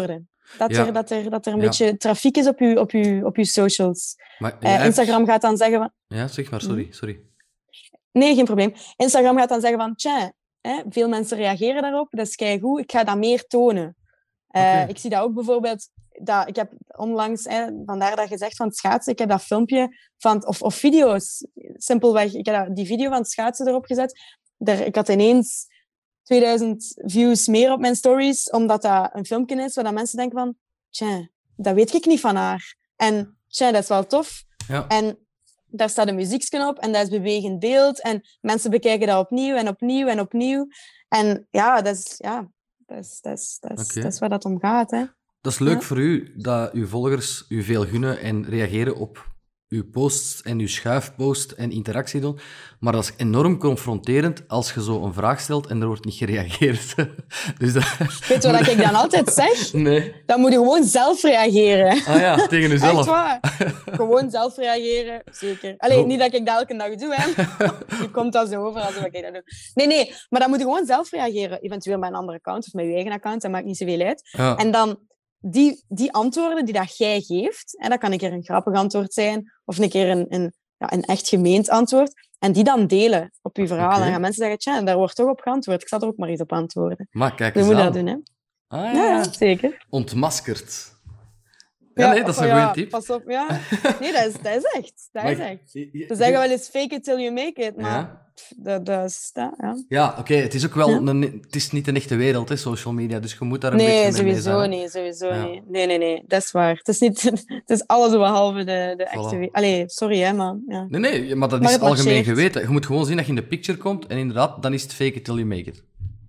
Dat, Ja. er, dat, er, dat er een Ja. beetje trafiek is op je, op je, op je socials. Maar Uh, jij hebt- Instagram gaat dan zeggen van... Ja, zeg maar, sorry. sorry. Nee, geen probleem. Instagram gaat dan zeggen van... Tja, hè, veel mensen reageren daarop, dat is keigoed, ik ga dat meer tonen. Uh, Oké. Ik zie dat ook bijvoorbeeld... Dat, ik heb onlangs, hè, vandaar dat je zegt van het schaatsen, ik heb dat filmpje van... Of, of video's, simpelweg. Ik heb dat, die video van het schaatsen erop gezet. Daar, ik had ineens tweeduizend views meer op mijn stories, omdat dat een filmpje is waar dat mensen denken van... Tja, dat weet ik niet van haar. En tja, dat is wel tof. Ja. En daar staat een muziekje op en dat is bewegend beeld. En mensen bekijken dat opnieuw en opnieuw en opnieuw. En ja, dat is, ja, dat is, dat is, dat is, Oké. dat is waar dat om gaat. Hè. Dat is leuk Ja. voor u, dat uw volgers u veel gunnen en reageren op uw posts en uw schuifpost en interactie doen. Maar dat is enorm confronterend als je zo een vraag stelt en er wordt niet gereageerd. Dus dat... Weet je wat ik dan altijd zeg? Nee. Dan moet je gewoon zelf reageren. Ah ja, tegen uzelf. Echt waar. Gewoon zelf reageren, zeker. Allee, Goed. niet dat ik dat elke dag doe, hè. Je komt dat zo over alsof ik dat doe. Nee, nee, maar dan moet je gewoon zelf reageren. Eventueel met een andere account of met je eigen account, dat maakt niet zoveel uit. Ja. En dan die, die antwoorden die dat jij geeft, en dat kan een keer een grappig antwoord zijn, of een keer een, een, ja, een echt gemeend antwoord, en die dan delen op je verhaal. Oké. En dan gaan mensen zeggen, tja, daar wordt toch op geantwoord. Ik zal er ook maar eens op antwoorden. Maar kijk Dan eens moet je aan. dat doen, hè. Ah, ja, Ja, ja. ja, zeker. Ontmaskerd. Ja, nee, dat is een ja, goede tip. Pas op, ja. Nee, dat is, dat is echt. Dat is Maar- echt. je- je- Ze zeggen wel eens fake it till you make it, maar Ja, pff, dat, dat is dat, ja. ja oké. Het is ook wel Ja. een, het is niet een echte wereld, hè, social media. Dus je moet daar een Nee, beetje mee sowieso zijn. niet, sowieso Ja. niet. Nee, nee, nee, dat is waar. Het is, niet, het is alles behalve de, de echte Voilà. wereld. Allee, sorry, hè, maar... Ja. Nee, nee, maar dat Maar is het algemeen marcheert. geweten. Je moet gewoon zien dat je in de picture komt en inderdaad, dan is het fake it till you make it.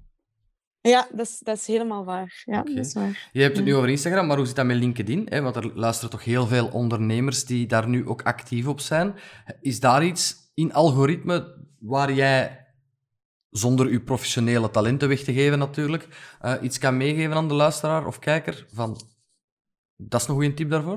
Ja, dat is, dat is helemaal waar. Ja, Oké. dat is waar. Je hebt het Ja. nu over Instagram, maar hoe zit dat met LinkedIn? Hè? Want er luisteren toch heel veel ondernemers die daar nu ook actief op zijn. Is daar iets in algoritme waar jij, zonder je professionele talenten weg te geven natuurlijk, uh, iets kan meegeven aan de luisteraar of kijker? Van, dat is een goede tip daarvoor?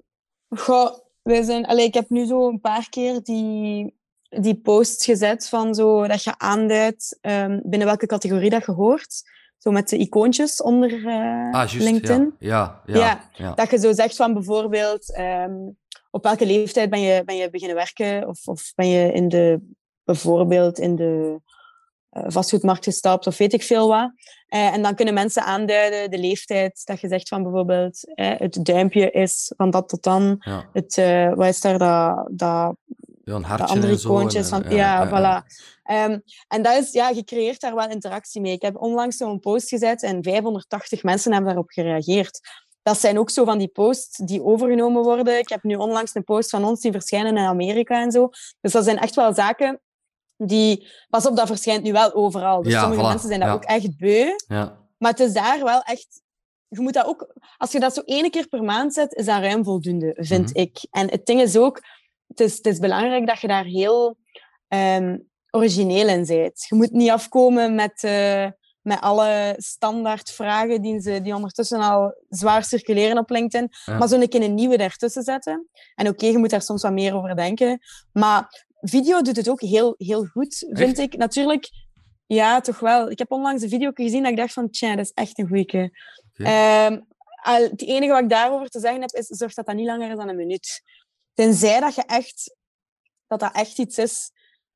Goh, wij zijn... Allee, ik heb nu zo een paar keer die, die posts gezet van zo, dat je aanduidt um, binnen welke categorie dat je hoort. Zo met de icoontjes onder uh, Ah, juist. LinkedIn. Ja, ja, ja, Ja, ja. Dat je zo zegt van bijvoorbeeld, um, op welke leeftijd ben je, ben je beginnen werken? Of, of ben je in de, bijvoorbeeld in de uh, vastgoedmarkt gestapt of weet ik veel wat. Uh, en dan kunnen mensen aanduiden de leeftijd. Dat je zegt van bijvoorbeeld, uh, het duimpje is van dat tot dan. Ja. Het, uh, wat is daar, dat, dat, Ja, een de hartje andere en zo. icoontjes. en- Van, ja, voilà. Um, en dat is, ja, je creëert daar wel interactie mee. Ik heb onlangs zo'n post gezet en vijfhonderdtachtig mensen hebben daarop gereageerd. Dat zijn ook zo van die posts die overgenomen worden. Ik heb nu onlangs een post van ons die verschijnen in Amerika en zo. Dus dat zijn echt wel zaken die... Pas op, dat verschijnt nu wel overal. Dus Ja, sommige voilà. mensen zijn dat Ja. ook echt beu. Ja. Maar het is daar wel echt... Je moet dat ook... Als je dat zo één keer per maand zet, is dat ruim voldoende, vind Mhm. ik. En het ding is ook... Het is, het is belangrijk dat je daar heel um, origineel in bent. Je moet niet afkomen met, uh, met alle standaard vragen die, ze, die ondertussen al zwaar circuleren op LinkedIn. Ja. Maar zo een keer een nieuwe daartussen zetten. En oké, okay, je moet daar soms wat meer over denken. Maar video doet het ook heel, heel goed, vind Echt? ik. Natuurlijk, ja, toch wel. Ik heb onlangs een video gezien dat ik dacht van, tja, dat is echt een goeie. Okay. Um, het enige wat ik daarover te zeggen heb, is zorg dat dat niet langer is dan een minuut. Tenzij dat je echt... Dat dat echt iets is...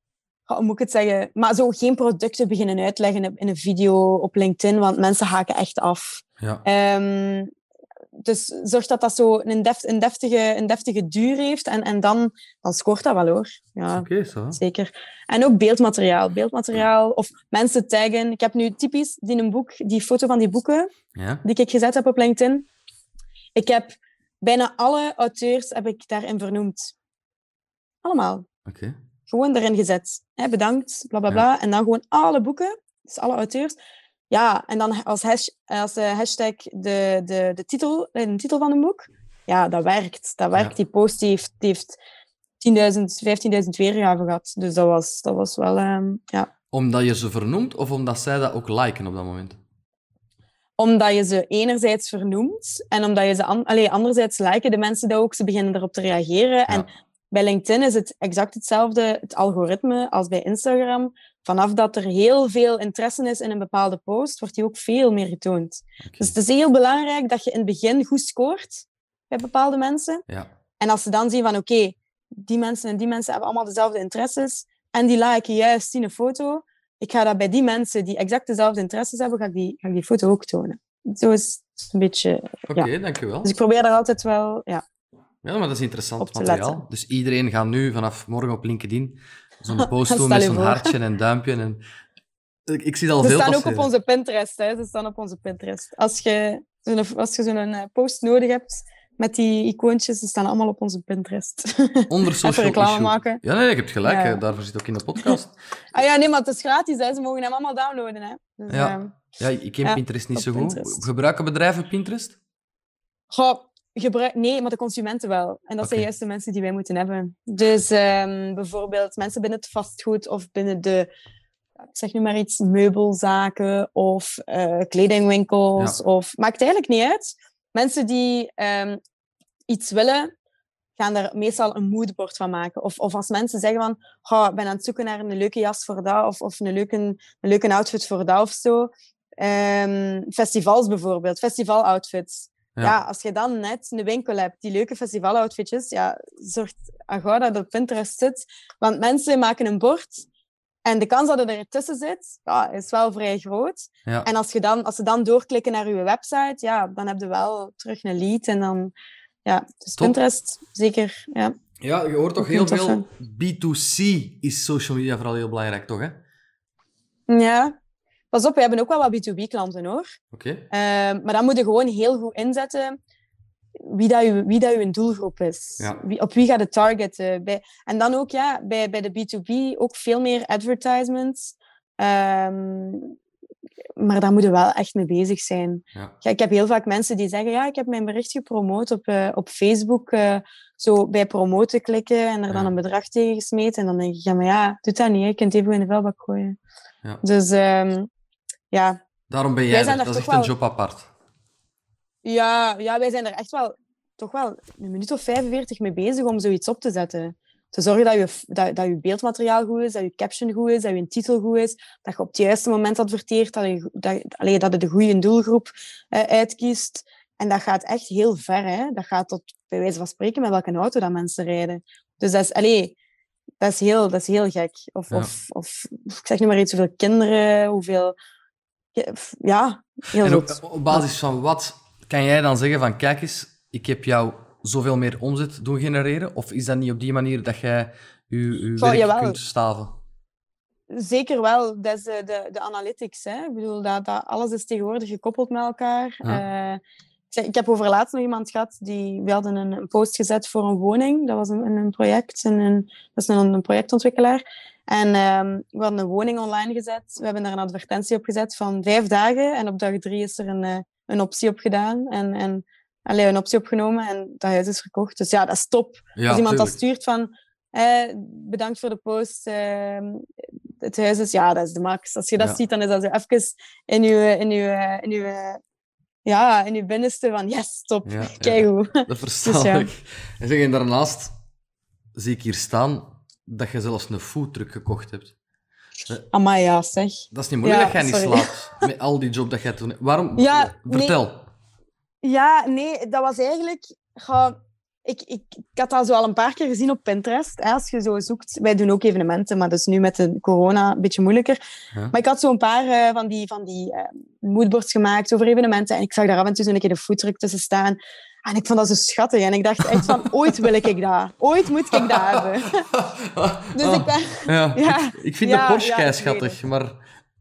Hoe moet ik het zeggen? Maar zo geen producten beginnen uitleggen in een video op LinkedIn, want mensen haken echt af. Ja. Um, dus zorg dat dat zo een, def, een, deftige, een deftige duur heeft en, en dan, dan scoort dat wel, hoor. Ja, Oké, okay, zo. zeker. En ook beeldmateriaal. Beeldmateriaal of mensen taggen. Ik heb nu typisch die, een boek, die foto van die boeken Ja. die ik gezet heb op LinkedIn. Ik heb bijna alle auteurs heb ik daarin vernoemd. Allemaal. Oké. Okay. Gewoon erin gezet. Hè, bedankt, bla bla bla. Ja. En dan gewoon alle boeken, dus alle auteurs. Ja, en dan als, hash, als uh, hashtag de, de, de, titel, de titel van een boek. Ja, dat werkt. Dat werkt. Ja. Die post die heeft, die heeft tienduizend, vijftienduizend weergaven gehad. Dus dat was, dat was wel... Um, ja. Omdat je ze vernoemt of omdat zij dat ook liken op dat moment? Omdat je ze enerzijds vernoemt en omdat je ze... An- Allee, anderzijds liken de mensen dat ook. Ze beginnen erop te reageren. Ja. En Bij LinkedIn is het exact hetzelfde, het algoritme, als bij Instagram. Vanaf dat er heel veel interesse is in een bepaalde post, wordt die ook veel meer getoond. Okay. Dus het is heel belangrijk dat je in het begin goed scoort bij bepaalde mensen. Ja. En als ze dan zien van, oké, okay, die mensen en die mensen hebben allemaal dezelfde interesses en die liken juist die een foto, ik ga dat bij die mensen die exact dezelfde interesses hebben, ga ik die, ga ik die foto ook tonen. Zo is het een beetje... Oké, okay, ja. dankjewel. Dus ik probeer daar altijd wel... Ja. Ja, maar dat is interessant materiaal. Letten. Dus iedereen gaat nu vanaf morgen op LinkedIn zo'n post doen met zo'n hartje en duimpje. En... Ik, ik zie dat al Ze veel staan passeren. ook op onze Pinterest. Hè. Ze staan op onze Pinterest. Als je zo'n, als je zo'n post nodig hebt met die icoontjes, ze staan allemaal op onze Pinterest. Onder social Even reclame issue. maken. Ja, nee, je hebt gelijk. Ja. Hè. Daarvoor zit ook in de podcast. Ah ja, nee, maar het is gratis. Hè. Ze mogen hem allemaal downloaden. Hè. Dus, ja. Uh, ja, ik ken ja, Pinterest niet zo Pinterest. goed. Gebruiken bedrijven Pinterest? Goh, gebruik... Nee, maar de consumenten wel. En dat okay. zijn juist de mensen die wij moeten hebben. Dus um, bijvoorbeeld mensen binnen het vastgoed of binnen de... Ik zeg nu maar iets, meubelzaken of uh, kledingwinkels. Ja. Of, maakt eigenlijk niet uit. Mensen die um, iets willen, gaan er meestal een moodboard van maken. Of, of als mensen zeggen van, oh, ik ben aan het zoeken naar een leuke jas voor dat, of, of een, leuke, een leuke outfit voor dat of zo. Um, festivals bijvoorbeeld, festival-outfits. Ja. ja, als je dan net een winkel hebt die leuke festival-outfitjes, ja, zorg gauw dat het op Pinterest zit. Want mensen maken een bord en de kans dat er ertussen zit, ja, is wel vrij groot. Ja. En als, je dan, als ze dan doorklikken naar je website, ja, dan heb je wel terug een lead. En dan, ja, dus Top. Pinterest, zeker, ja. Ja, je hoort toch heel veel B twee C is social media vooral heel belangrijk, toch, hè? Ja. Pas op, we hebben ook wel wat B twee B klanten, hoor. Oké. Okay. Uh, maar dan moet je gewoon heel goed inzetten wie dat je, wie dat je doelgroep is. Ja. Wie, op wie gaat het targeten. Bij, en dan ook, ja, bij, bij de B twee B ook veel meer advertisements. Um, maar daar moet je wel echt mee bezig zijn. Ja. Ja, ik heb heel vaak mensen die zeggen, ja, ik heb mijn bericht gepromoot op, uh, op Facebook. Uh, zo bij promoten klikken en er ja. dan een bedrag tegen gesmeten. En dan denk ik, ja, maar ja, doe dat niet. Hè. Je kunt even in de vuilbak gooien. Ja. Dus, um, ja. Daarom ben jij er. Dat is echt wel... een job apart. Ja, ja, wij zijn er echt wel toch wel een minuut of vijfenveertig mee bezig om zoiets op te zetten. Te zorgen dat je, dat, dat je beeldmateriaal goed is, dat je caption goed is, dat je een titel goed is, dat je op het juiste moment adverteert, dat je, dat, allee, dat je de goede doelgroep uh, uitkiest. En dat gaat echt heel ver. Hè? Dat gaat tot, bij wijze van spreken, met welke auto dat mensen rijden. Dus dat is, allee, dat is, heel, dat is heel gek. Of, ja. of, of ik zeg nu maar iets, hoeveel kinderen, hoeveel... Ja, heel en goed. Op, op basis van wat kan jij dan zeggen van, kijk eens, ik heb jou zoveel meer omzet doen genereren? Of is dat niet op die manier dat jij je, je werk jawel. kunt staven? Zeker wel. Dat is de, de, de analytics. Hè. Ik bedoel, dat, dat alles is tegenwoordig gekoppeld met elkaar. Ja. Uh, ik, ik heb over laatst nog iemand gehad, die, we hadden een, een post gezet voor een woning. Dat was een, een project. Een, een, dat is een, een projectontwikkelaar. En um, we hadden een woning online gezet. We hebben daar een advertentie op gezet van vijf dagen. En op dag drie is er een, uh, een optie op gedaan. En... en Allee, een optie opgenomen en dat huis is verkocht. Dus ja, dat is top. Ja, Als iemand tuurlijk. dat stuurt van... Eh, bedankt voor de post. Eh, het huis is... Ja, dat is de max. Als je dat ja. ziet, dan is dat zo even in je, in je, in je, ja, in je binnenste van... Yes, top. Ja, Kijk hoe. Ja, dat versta dus, ja. ik. En zeg, en daarnaast zie ik hier staan dat je zelfs een foodtruck gekocht hebt. Amai, ja, zeg. Dat is niet moeilijk ja, dat jij sorry. niet slaapt met al die job dat jij doet. Waarom? Ja, Vertel. Nee. Ja, nee, dat was eigenlijk... Ga, ik, ik, ik had dat zo al een paar keer gezien op Pinterest. Hè, als je zo zoekt... Wij doen ook evenementen, maar dat is nu met de corona een beetje moeilijker. Ja. Maar ik had zo een paar uh, van die, van die uh, moodboards gemaakt over evenementen. En ik zag daar af en toe zo'n keer de foodtruck tussen staan. En ik vond dat zo schattig. En ik dacht echt van, ooit wil ik dat. Ooit moet ik dat hebben. Dus oh, ik ben... Ja, ja, ik, ik vind ja, de Porsche ja, schattig, maar...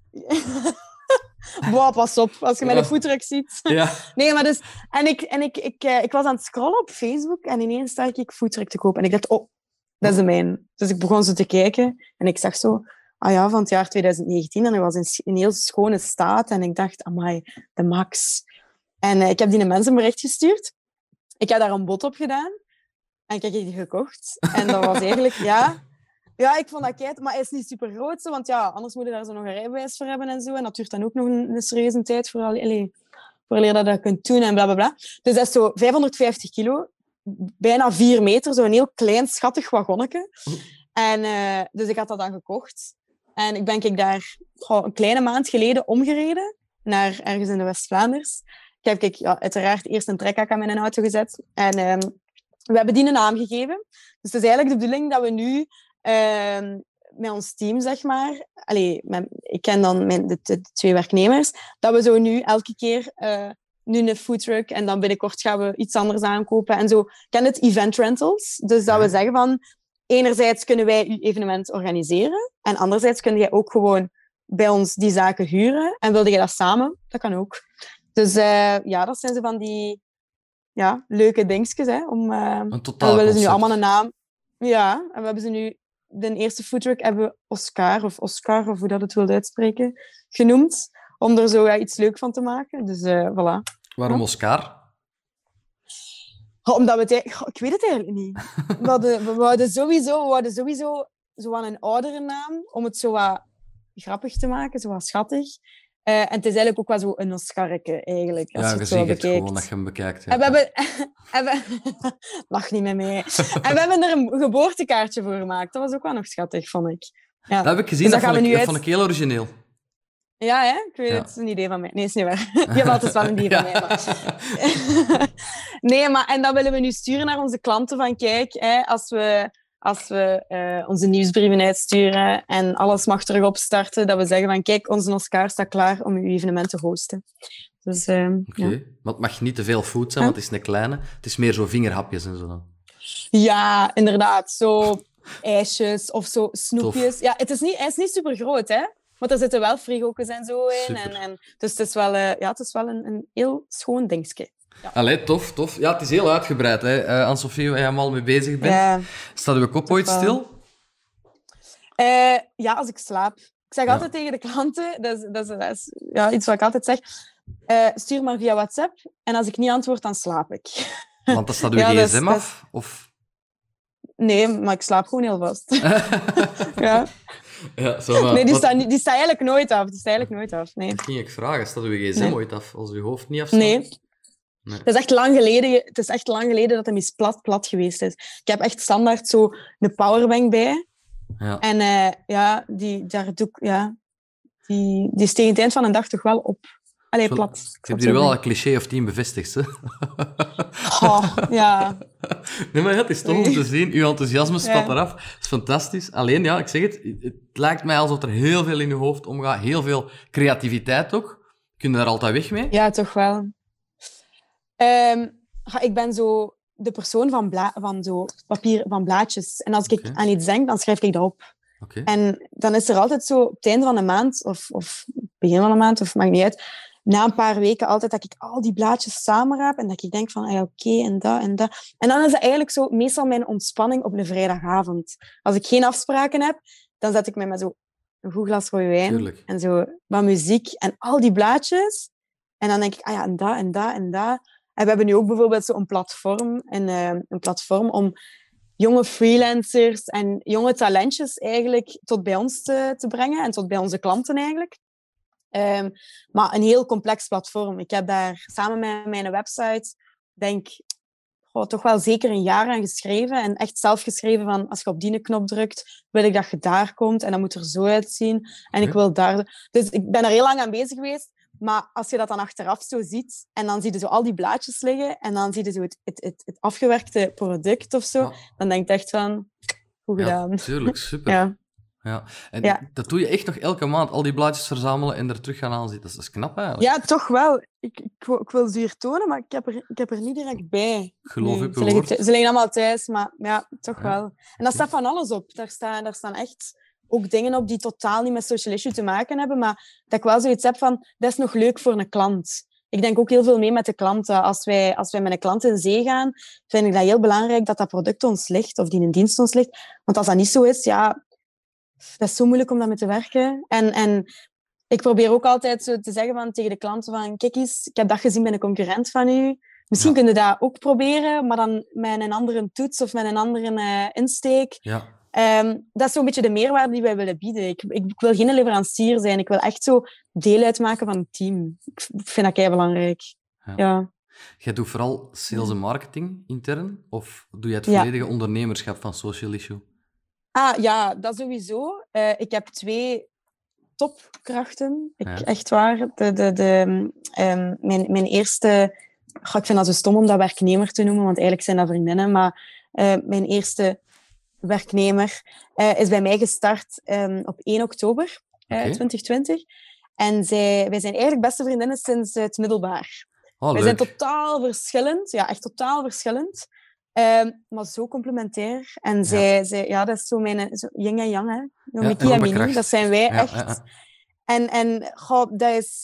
Boah, pas op, als je mij de foodtruck ziet. Ja. Nee, maar dus... En, ik, en ik, ik, uh, ik was aan het scrollen op Facebook en ineens zag ik foodtruck te kopen. En ik dacht, oh, dat is de mijne. Dus ik begon zo te kijken en ik zag zo... Ah ja, van het jaar twintig negentien. En hij was in een heel schone staat. En ik dacht, amai, de max. En uh, ik heb die een mensen een bericht gestuurd. Ik heb daar een bod op gedaan. En ik heb die gekocht. En dat was eigenlijk, ja... Ja, ik vond dat kei... Maar hij is niet super groot, want ja, anders moet je daar zo nog een rijbewijs voor hebben en zo. En dat duurt dan ook nog een, een serieuze tijd voor, allee, voor leer dat je dat kunt doen en blablabla. Bla, bla. Dus dat is zo vijfhonderdvijftig kilo. bijna vier meter, zo'n heel klein, schattig wagonnetje. En, uh, dus ik had dat dan gekocht. En ik ben ik daar goh, een kleine maand geleden omgereden naar ergens in de West-Vlaanders. Ik heb ik, ja, uiteraard eerst een trekhak aan mijn auto gezet. En uh, we hebben die een naam gegeven. Dus het is eigenlijk de bedoeling dat we nu uh, met ons team, zeg maar... Allee, met, ik ken dan mijn, de, de, de twee werknemers. Dat we zo nu elke keer... Uh, nu een foodtruck en dan binnenkort gaan we iets anders aankopen. En zo ken het event rentals. Dus dat we zeggen van... Enerzijds kunnen wij uw evenement organiseren. En anderzijds kun jij ook gewoon bij ons die zaken huren. En wilde je dat samen? Dat kan ook. Dus uh, ja, dat zijn zo van die ja, leuke dingetjes. Hè, om, uh, een totaal en we willen concept. ze nu allemaal een naam. Ja, en we hebben ze nu... De eerste foodtruck hebben we Oscar, of Oscar, of hoe dat het wil uitspreken, genoemd. Om er zo ja, iets leuk van te maken. Dus uh, voilà. Waarom ja. Oscar? Oh, omdat we het... Oh, ik weet het eigenlijk niet. We hadden, we hadden sowieso, we hadden sowieso zo aan een oudere naam, om het zo wat grappig te maken, zo wat schattig. Uh, en het is eigenlijk ook wel zo een Oscarreke, eigenlijk. Als Ja, je je het zo ziet het bekijkt. gewoon dat je hem bekijkt. Ja. En we hebben... en we... Lach niet met mij. En we hebben er een geboortekaartje voor gemaakt. Dat was ook wel nog schattig, vond ik. Ja. Dat heb ik gezien, Dus dat, dat vond ik, gaan we nu dat uit... vond ik heel origineel. Ja, hè? Ik weet ja. het. Het is een idee van mij. Nee, is niet waar. Jawel, het is wel een idee ja. van mij. Maar... nee, maar en dat willen we nu sturen naar onze klanten. Van kijk, hè, als we, als we uh, onze nieuwsbrieven uitsturen en alles mag terug opstarten, dat we zeggen van kijk, onze Oscar staat klaar om uw evenement te hosten. Dus, uh, Oké, okay. ja. Maar het mag niet te veel food zijn, want het is een kleine. Het is meer zo vingerhapjes en zo dan. Ja, inderdaad. Zo ijsjes of zo snoepjes. Tof. Ja, het is niet, hij is niet super groot, hè? Maar er zitten wel frigo's en zo in. En, en, dus het is wel, uh, ja, het is wel een, een heel schoon dingetje. Ja. Allee, tof, tof. Ja, het is heel uitgebreid, hè. Uh, Anne-Sophie, waar je allemaal mee bezig bent. Ja. Staat uw kop ooit wel. stil? Uh, ja, als ik slaap. Ik zeg ja. altijd tegen de klanten, dat is, dat is, dat is ja, iets wat ik altijd zeg, uh, stuur maar via WhatsApp en als ik niet antwoord, dan slaap ik. Want dan staat uw ja, gsm dat is, af? Of... Nee, maar ik slaap gewoon heel vast. ja. Ja, zo maar. Nee, die Wat... staat, die staat eigenlijk nooit af. Die staat eigenlijk nooit af, nee. Dat ging ik vragen. Staat uw gsm nee. ooit af, als uw hoofd niet afstaat? Nee. nee. Het is echt lang geleden, het is echt lang geleden dat hem eens plat, plat geweest is. Ik heb echt standaard zo een powerbank bij. Ja. En uh, ja, die, daar doe ik, ja, die, die is tegen het eind van een dag toch wel op. Allee, Zo, plat. Ik heb hier wel een cliché of tien bevestigd, hè? Oh, ja. Nee, maar ja, het is tof om te zien. Uw enthousiasme spat ja. eraf. Het is fantastisch. Alleen, ja, ik zeg het, het lijkt mij alsof er heel veel in uw hoofd omgaat. Heel veel creativiteit ook. Kun je daar altijd weg mee? Ja, toch wel. Um, ik ben zo de persoon van, bla- van zo papier, van blaadjes. En als ik okay. aan iets denk, dan schrijf ik dat op. Okay. En dan is er altijd zo, op het einde van de maand, of, of begin van de maand, of maakt niet uit, na een paar weken altijd dat ik al die blaadjes samenraap en dat ik denk van, ah ja, oké, okay, en dat en dat. En dan is het eigenlijk zo meestal mijn ontspanning op een vrijdagavond. Als ik geen afspraken heb, dan zet ik me met zo een goed glas rode wijn Tuurlijk. en zo wat muziek en al die blaadjes. En dan denk ik, ah ja, en dat en dat en dat. En we hebben nu ook bijvoorbeeld zo een platform, een, een platform om jonge freelancers en jonge talentjes eigenlijk tot bij ons te, te brengen en tot bij onze klanten eigenlijk. Um, maar een heel complex platform. Ik heb daar samen met mijn website, denk oh, toch wel zeker een jaar aan geschreven en echt zelf geschreven van als je op die knop drukt, wil ik dat je daar komt en dat moet er zo uitzien en okay. ik wil daar... Dus ik ben er heel lang aan bezig geweest. Maar als je dat dan achteraf zo ziet, en dan zie je zo al die blaadjes liggen, en dan zie je zo het, het, het, het afgewerkte product of zo, ja. dan denk je echt van, goed gedaan. Ja, tuurlijk, super. Ja. Ja. En ja. dat doe je echt nog elke maand, al die blaadjes verzamelen en er terug gaan aanzien. Dat is, dat is knap, eigenlijk. Ja, toch wel. Ik, ik, ik wil ze hier tonen, maar ik heb er, ik heb er niet direct bij. Geloof nee, ik ze, liggen, ze liggen allemaal thuis, maar ja, toch ja. wel. En daar staat van alles op. Daar staan, daar staan echt... ook dingen op die totaal niet met social issue te maken hebben, maar dat ik wel zoiets heb van, dat is nog leuk voor een klant. Ik denk ook heel veel mee met de klanten. Als wij, als wij met een klant in zee gaan, vind ik dat heel belangrijk dat dat product ons ligt, of die een dienst ons ligt. Want als dat niet zo is, ja, dat is zo moeilijk om daarmee te werken. En, en ik probeer ook altijd zo te zeggen van, tegen de klanten van, kijk eens, ik heb dat gezien bij een concurrent van u. Misschien ja. kun je dat ook proberen, maar dan met een andere toets of met een andere uh, insteek. Ja. Um, dat is zo'n beetje de meerwaarde die wij willen bieden. Ik, ik, ik wil geen leverancier zijn. Ik wil echt zo deel uitmaken van het team. Ik vind dat kei belangrijk. Ja. Ja. Jij doet vooral sales en marketing intern, of doe je het Ja. volledige ondernemerschap van Social Issue? Ah, ja, dat sowieso. Uh, ik heb twee topkrachten. Ik, Ja. Echt waar. De, de, de, um, mijn, mijn eerste... Goh, ik vind dat zo stom om dat werknemer te noemen, want eigenlijk zijn dat vriendinnen. Maar uh, mijn eerste werknemer uh, is bij mij gestart um, op één oktober uh, Okay. twintig twintig. En zij, wij zijn eigenlijk beste vriendinnen sinds het middelbaar. Oh, wij leuk. zijn totaal verschillend. Ja, echt totaal verschillend. Um, maar zo complementair. En ja. zij, zij, ja, dat is zo mijn zo yin en yang, hè. Ja, Mickey en Minnie, dat zijn wij ja, echt. Ja, ja. En, en goh, dat is...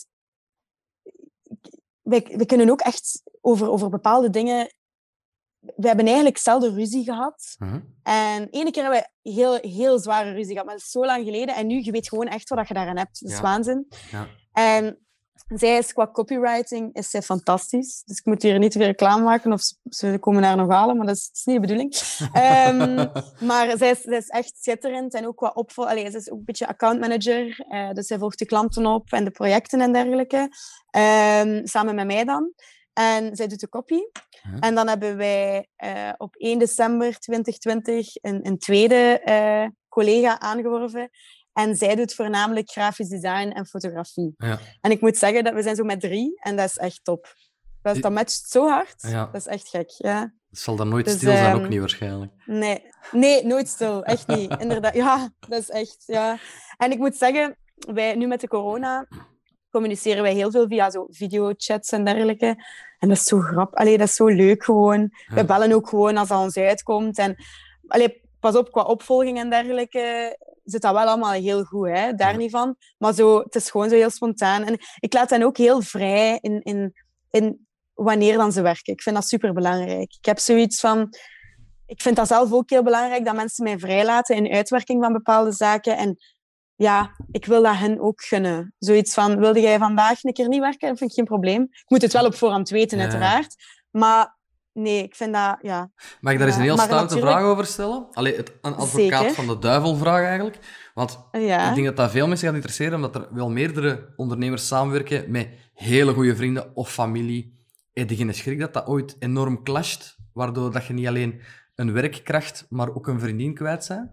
Wij, wij kunnen ook echt over, over bepaalde dingen... We hebben eigenlijk zelden ruzie gehad. Uh-huh. En ene keer hebben we heel, heel zware ruzie gehad, maar dat is zo lang geleden. En nu, je weet gewoon echt wat je daaraan hebt. Dat is Ja. waanzin. Ja. En zij is qua copywriting is zij fantastisch. Dus ik moet hier niet te veel reclame maken of ze komen daar nog halen, maar dat is, dat is niet de bedoeling. um, maar zij is, zij is echt schitterend en ook qua opvolging. Allee, ze is ook een beetje accountmanager, uh, dus zij volgt de klanten op en de projecten en dergelijke. Um, samen met mij dan. En zij doet de copy. Huh? En dan hebben wij uh, op één december twintig twintig een, een tweede uh, collega aangeworven. En zij doet voornamelijk grafisch design en fotografie. Ja. En ik moet zeggen, dat we zijn zo met drie. En dat is echt top. Dat, is, dat matcht zo hard. Ja. Dat is echt gek, ja. Het zal dan nooit dus, stil zijn, um, ook niet waarschijnlijk. Nee, nee, nooit stil. Echt niet. Inderdaad. Ja, dat is echt, ja. En ik moet zeggen, wij, nu met de corona communiceren wij heel veel via zo videochats en dergelijke. En dat is zo grappig. Allee, dat is zo leuk gewoon. Ja. We bellen ook gewoon als dat ons uitkomt. En allee, pas op, qua opvolging en dergelijke zit dat wel allemaal heel goed, hè? Daar ja. niet van. Maar zo, het is gewoon zo heel spontaan. En ik laat hen ook heel vrij in, in, in wanneer dan ze werken. Ik vind dat superbelangrijk. Ik heb zoiets van... Ik vind dat zelf ook heel belangrijk, dat mensen mij vrijlaten in uitwerking van bepaalde zaken. En ja, ik wil dat hen ook gunnen. Zoiets van, wilde jij vandaag een keer niet werken? Dat vind ik geen probleem. Ik moet het wel op voorhand weten, ja. uiteraard. Maar... Nee, ik vind dat, ja... Mag ik daar eens een heel ja, stoute natuurlijk... vraag over stellen? Allee, het, een advocaat Zeker. van de duivel vraag eigenlijk. Want ja. ik denk dat dat veel mensen gaat interesseren, omdat er wel meerdere ondernemers samenwerken met hele goede vrienden of familie. Heb je geen schrik dat dat ooit enorm clasht? Waardoor dat je niet alleen een werkkracht, maar ook een vriendin kwijt bent?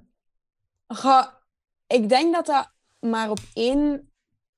Ga, ik denk dat dat maar op één,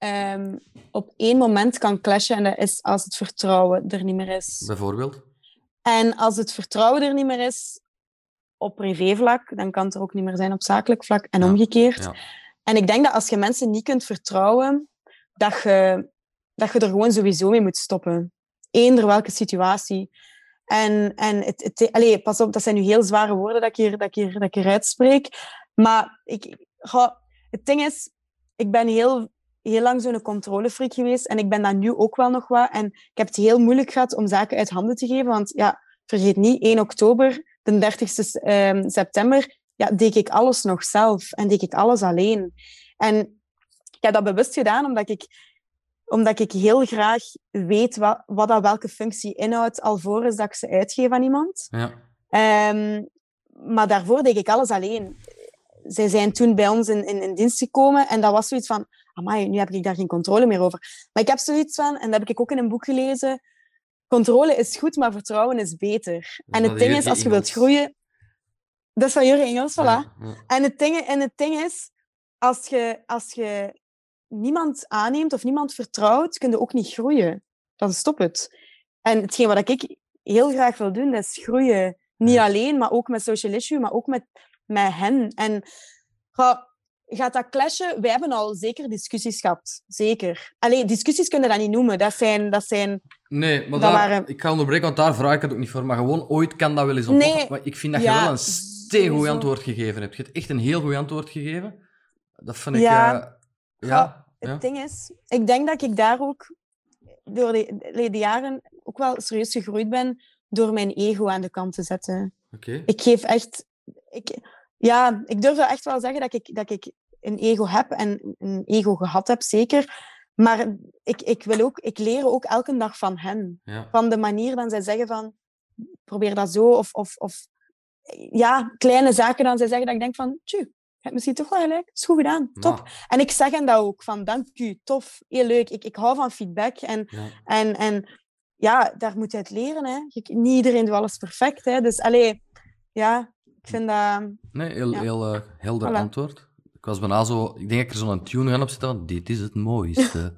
um, op één moment kan clashen. En dat is als het vertrouwen er niet meer is. Bijvoorbeeld? En als het vertrouwen er niet meer is op privévlak, dan kan het er ook niet meer zijn op zakelijk vlak en ja, omgekeerd. Ja. En ik denk dat als je mensen niet kunt vertrouwen, dat je, dat je er gewoon sowieso mee moet stoppen. Eender welke situatie. En, en het, het, allez, pas op, dat zijn nu heel zware woorden dat ik hier, dat ik hier, dat ik hier uitspreek. Maar ik, ga, het ding is, ik ben heel... heel lang zo'n controlefreak geweest. En ik ben dat nu ook wel nog wat. En ik heb het heel moeilijk gehad om zaken uit handen te geven. Want ja, vergeet niet, één oktober, de dertigste um, september, ja, deed ik alles nog zelf. En deed ik alles alleen. En ik heb dat bewust gedaan, omdat ik, omdat ik heel graag weet wat, wat dat welke functie inhoudt, alvorens dat ik ze uitgeef aan iemand. Ja. Um, maar daarvoor deed ik alles alleen. Zij zijn toen bij ons in, in, in dienst gekomen en dat was zoiets van... Amai, nu heb ik daar geen controle meer over. Maar ik heb zoiets van, en dat heb ik ook in een boek gelezen, controle is goed, maar vertrouwen is beter. En het ding is, als je wilt groeien... Dat is van Jurgen Engels, voilà. Ja, ja. En, het ding, en het ding is, als je, als je niemand aanneemt of niemand vertrouwt, kun je ook niet groeien. Dan stop het. En hetgeen wat ik heel graag wil doen, dat is groeien. Niet ja. alleen, maar ook met Social Issue, maar ook met, met hen. En... Ga, Gaat dat clashen? Wij hebben al zeker discussies gehad. Zeker. Allee, discussies kunnen dat niet noemen. Dat zijn... Dat zijn nee, maar dat daar, waren... ik ga onderbreken, want daar vraag ik het ook niet voor. Maar gewoon, ooit kan dat wel eens ontploffen. Nee. Maar ik vind dat ja, je wel een steengoed antwoord gegeven hebt. Je hebt echt een heel goed antwoord gegeven. Dat vind ik... Ja. Uh, ja, ja. Het ja. ding is, ik denk dat ik daar ook door de, de jaren ook wel serieus gegroeid ben door mijn ego aan de kant te zetten. Okay. Ik geef echt... Ik, ja, ik durf wel echt wel zeggen dat ik... Dat ik een ego heb en een ego gehad heb, zeker. Maar ik, ik, wil ook, ik leer ook elke dag van hen. Ja. Van de manier dat zij zeggen van... Probeer dat zo. Of, of, of ja, kleine zaken dan zij zeggen dat ik denk van... Tju, je hebt misschien toch wel gelijk. Is goed gedaan. Top. Maar... En ik zeg hen dat ook. Van, dank u. Tof. Heel leuk. Ik, ik hou van feedback. En, ja. en, en ja, daar moet je uit leren. Hè. Je, niet iedereen doet alles perfect. Hè. Dus allee, ja, ik vind dat... Nee, heel, ja. heel uh, helder Voilà. antwoord. Ik was bijna zo... Ik denk dat ik er zo'n tune gaan opzetten van dit is het mooiste.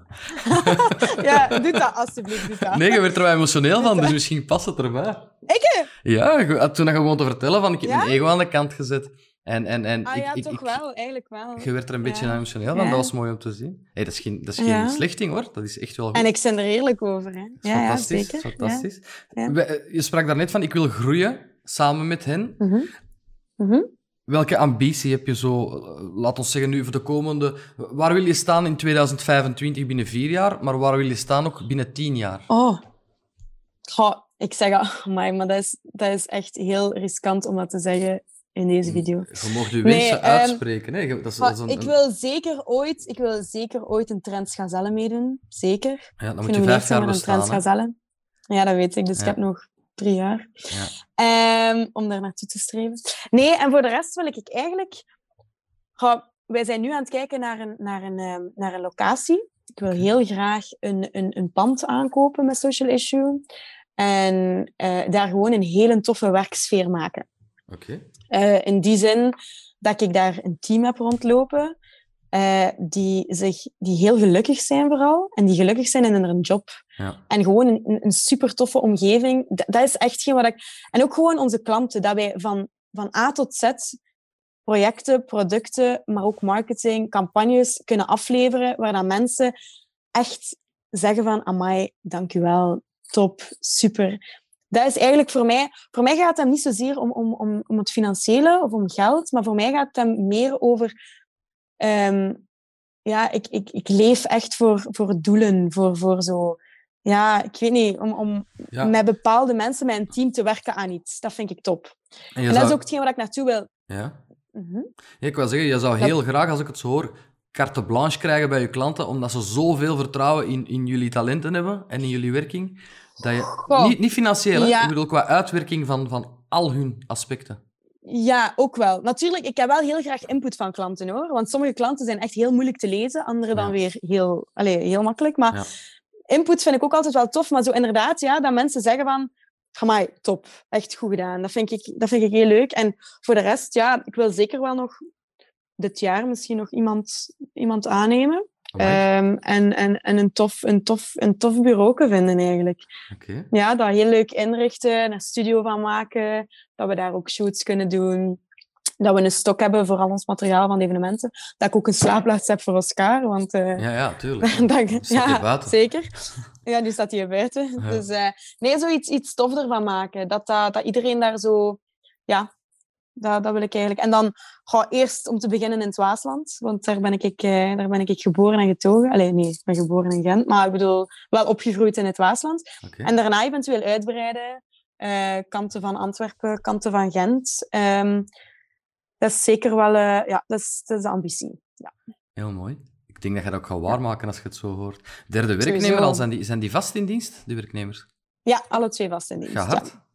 Ja, doe dat alsjeblieft. Doe dat. Nee, je werd er wel emotioneel van, dus misschien past het erbij. Ik? Ja, je- toen je gewoon te vertellen van ik heb Ja? mijn ego aan de kant gezet. En, en, en Ah ik, ja, ik, toch ik, wel. Eigenlijk wel. Je werd er een beetje Ja. emotioneel van, Ja. dat was mooi om te zien. Hey, dat is geen, dat is geen Ja. slecht ding, hoor. Dat is echt wel goed. En ik ben er eerlijk over. Hè. Dat is Ja, ja, fantastisch, zeker. fantastisch. Ja. We- Je sprak daarnet van, ik wil groeien samen met hen. Mm-hmm. Mm-hmm. Welke ambitie heb je zo, eh, laat ons zeggen nu, voor de komende... Waar wil je staan in tweeduizend vijfentwintig binnen vier jaar, maar waar wil je staan ook binnen tien jaar? Oh. Goh, ik zeg, oh, amai, maar dat is, dat is echt heel riskant om dat te zeggen in deze video. Je mag je wensen Nee, um, uitspreken. Hè? Dat is, dat is een, ik, wil zeker ooit, ik wil zeker ooit een Trends Gazelle meedoen. Zeker. Ja, dan moet je vijf jaar bestaan. Trends Gazelle. Ja, dat weet ik. Dus ja. Ik heb nog drie jaar. Ja. Um, om daar naartoe te streven. Nee, en voor de rest wil ik eigenlijk... Goh, wij zijn nu aan het kijken naar een, naar een, um, naar een locatie. Ik wil heel graag een, een, een pand aankopen met Social Issue. En uh, daar gewoon een hele toffe werksfeer maken. Oké. Okay. Uh, in die zin dat ik daar een team heb rondlopen uh, die, zich, die heel gelukkig zijn vooral. En die gelukkig zijn in hun job. Ja. En gewoon een, een super toffe omgeving. Dat, dat is echt geen wat ik... En ook gewoon onze klanten. Dat wij van, van A tot Z projecten, producten, maar ook marketing, campagnes kunnen afleveren waar dan mensen echt zeggen van amai, dank u wel, top, super. Dat is eigenlijk voor mij... Voor mij gaat het hem niet zozeer om, om, om, om het financiële of om geld, maar voor mij gaat het hem meer over... Um, ja, ik, ik, ik leef echt voor, voor doelen, voor, voor zo... Ja, ik weet niet, om, om ja. met bepaalde mensen, met een team te werken aan iets. Dat vind ik top. En, en dat zou... is ook hetgeen waar ik naartoe wil. Ja. Mm-hmm. Ja, ik wil zeggen, je zou heel dat... graag, als ik het zo hoor, carte blanche krijgen bij je klanten, omdat ze zoveel vertrouwen in, in jullie talenten hebben en in jullie werking, dat je... Oh. Niet, niet financieel, ja. Ik bedoel qua uitwerking van, van al hun aspecten. Ja, ook wel. Natuurlijk, ik heb wel heel graag input van klanten, hoor. Want sommige klanten zijn echt heel moeilijk te lezen, andere dan ja. weer heel, allez, heel makkelijk. Maar ja. input vind ik ook altijd wel tof. Maar zo inderdaad, ja, dat mensen zeggen van... Amai, top. Echt goed gedaan. Dat vind ik, dat vind ik heel leuk. En voor de rest, ja, ik wil zeker wel nog dit jaar misschien nog iemand, iemand aannemen. Um, en en, en een, tof, een, tof, een tof bureau vinden, eigenlijk. Okay. Ja, dat heel leuk inrichten, een studio van maken, dat we daar ook shoots kunnen doen. Dat we een stok hebben voor al ons materiaal van de evenementen. Dat ik ook een slaapplaats heb voor Oscar. Want, uh, ja, ja, tuurlijk. dat, ja, zeker. Ja, nu staat hij buiten. Ja. Dus uh, nee, zoiets iets tof ervan maken. Dat, dat, dat iedereen daar zo... Ja, dat, dat wil ik eigenlijk. En dan ga eerst om te beginnen in het Waasland. Want daar ben ik, uh, daar ben ik geboren en getogen. Allee, nee, ik ben geboren in Gent. Maar ik bedoel, wel opgegroeid in het Waasland. Okay. En daarna eventueel uitbreiden. Uh, kanten van Antwerpen, kanten van Gent. Um, dat is zeker wel... Uh, ja, dat is, dat is de ambitie. Ja. Heel mooi. Ik denk dat je dat ook gaat waarmaken als je het zo hoort. Derde werknemer, al zijn die, zijn die vast in dienst, die werknemers? Ja, alle twee vast in dienst. Ga hard. Ja.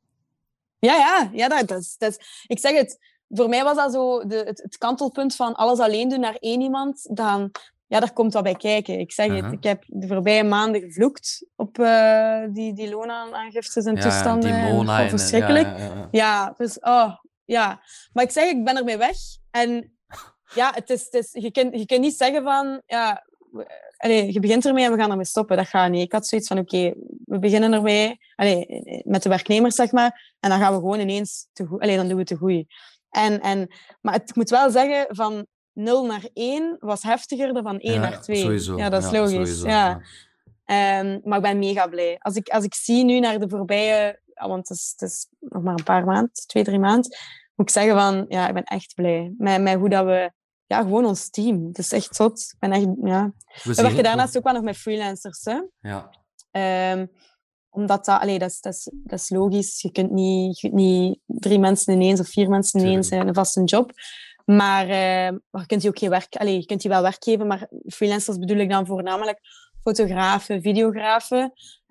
Ja, ja, ja dat, dat, is, dat is... Ik zeg het, voor mij was dat zo de, het, het kantelpunt van alles alleen doen naar één iemand. Dan, ja, daar komt wat bij kijken. Ik zeg uh-huh. het, ik heb de voorbije maanden gevloekt op uh, die, die loonaangiftes en ja, toestanden. Die Mona en, verschrikkelijk. Ja, ja, ja. ja, dus, oh, ja. Maar ik zeg, ik ben ermee weg. En ja, het is, het is, je, kunt, je kunt niet zeggen van... Ja, allez, je begint ermee en we gaan ermee stoppen. Dat gaat niet. Ik had zoiets van, oké, okay, we beginnen ermee allez, met de werknemers, zeg maar. En dan gaan we gewoon ineens... Te goe- allez, dan doen we het te goed. En, en, maar het, ik moet wel zeggen, van nul naar één was heftiger dan van één ja, naar twee. Sowieso. Ja, dat is ja, logisch. Sowieso, ja. Ja. Um, maar ik ben mega blij. Als ik, als ik zie nu naar de voorbije... Want het is, het is nog maar een paar maanden, twee, drie maanden... Moet ik zeggen van, ja, ik ben echt blij. Met, met hoe dat we... Ja, gewoon ons team. Het is echt zot. Ik ben echt... Ja. We, we werken daarnaast ook wel nog met freelancers, hè. Ja. Um, omdat dat... Allee, dat is, dat is, dat is logisch. Je kunt niet, je kunt niet drie mensen ineens of vier mensen ineens in een vaste job. Maar, uh, maar je kunt die ook geen werk... Allee, je kunt die wel werk geven, maar freelancers bedoel ik dan voornamelijk fotografen, videografen.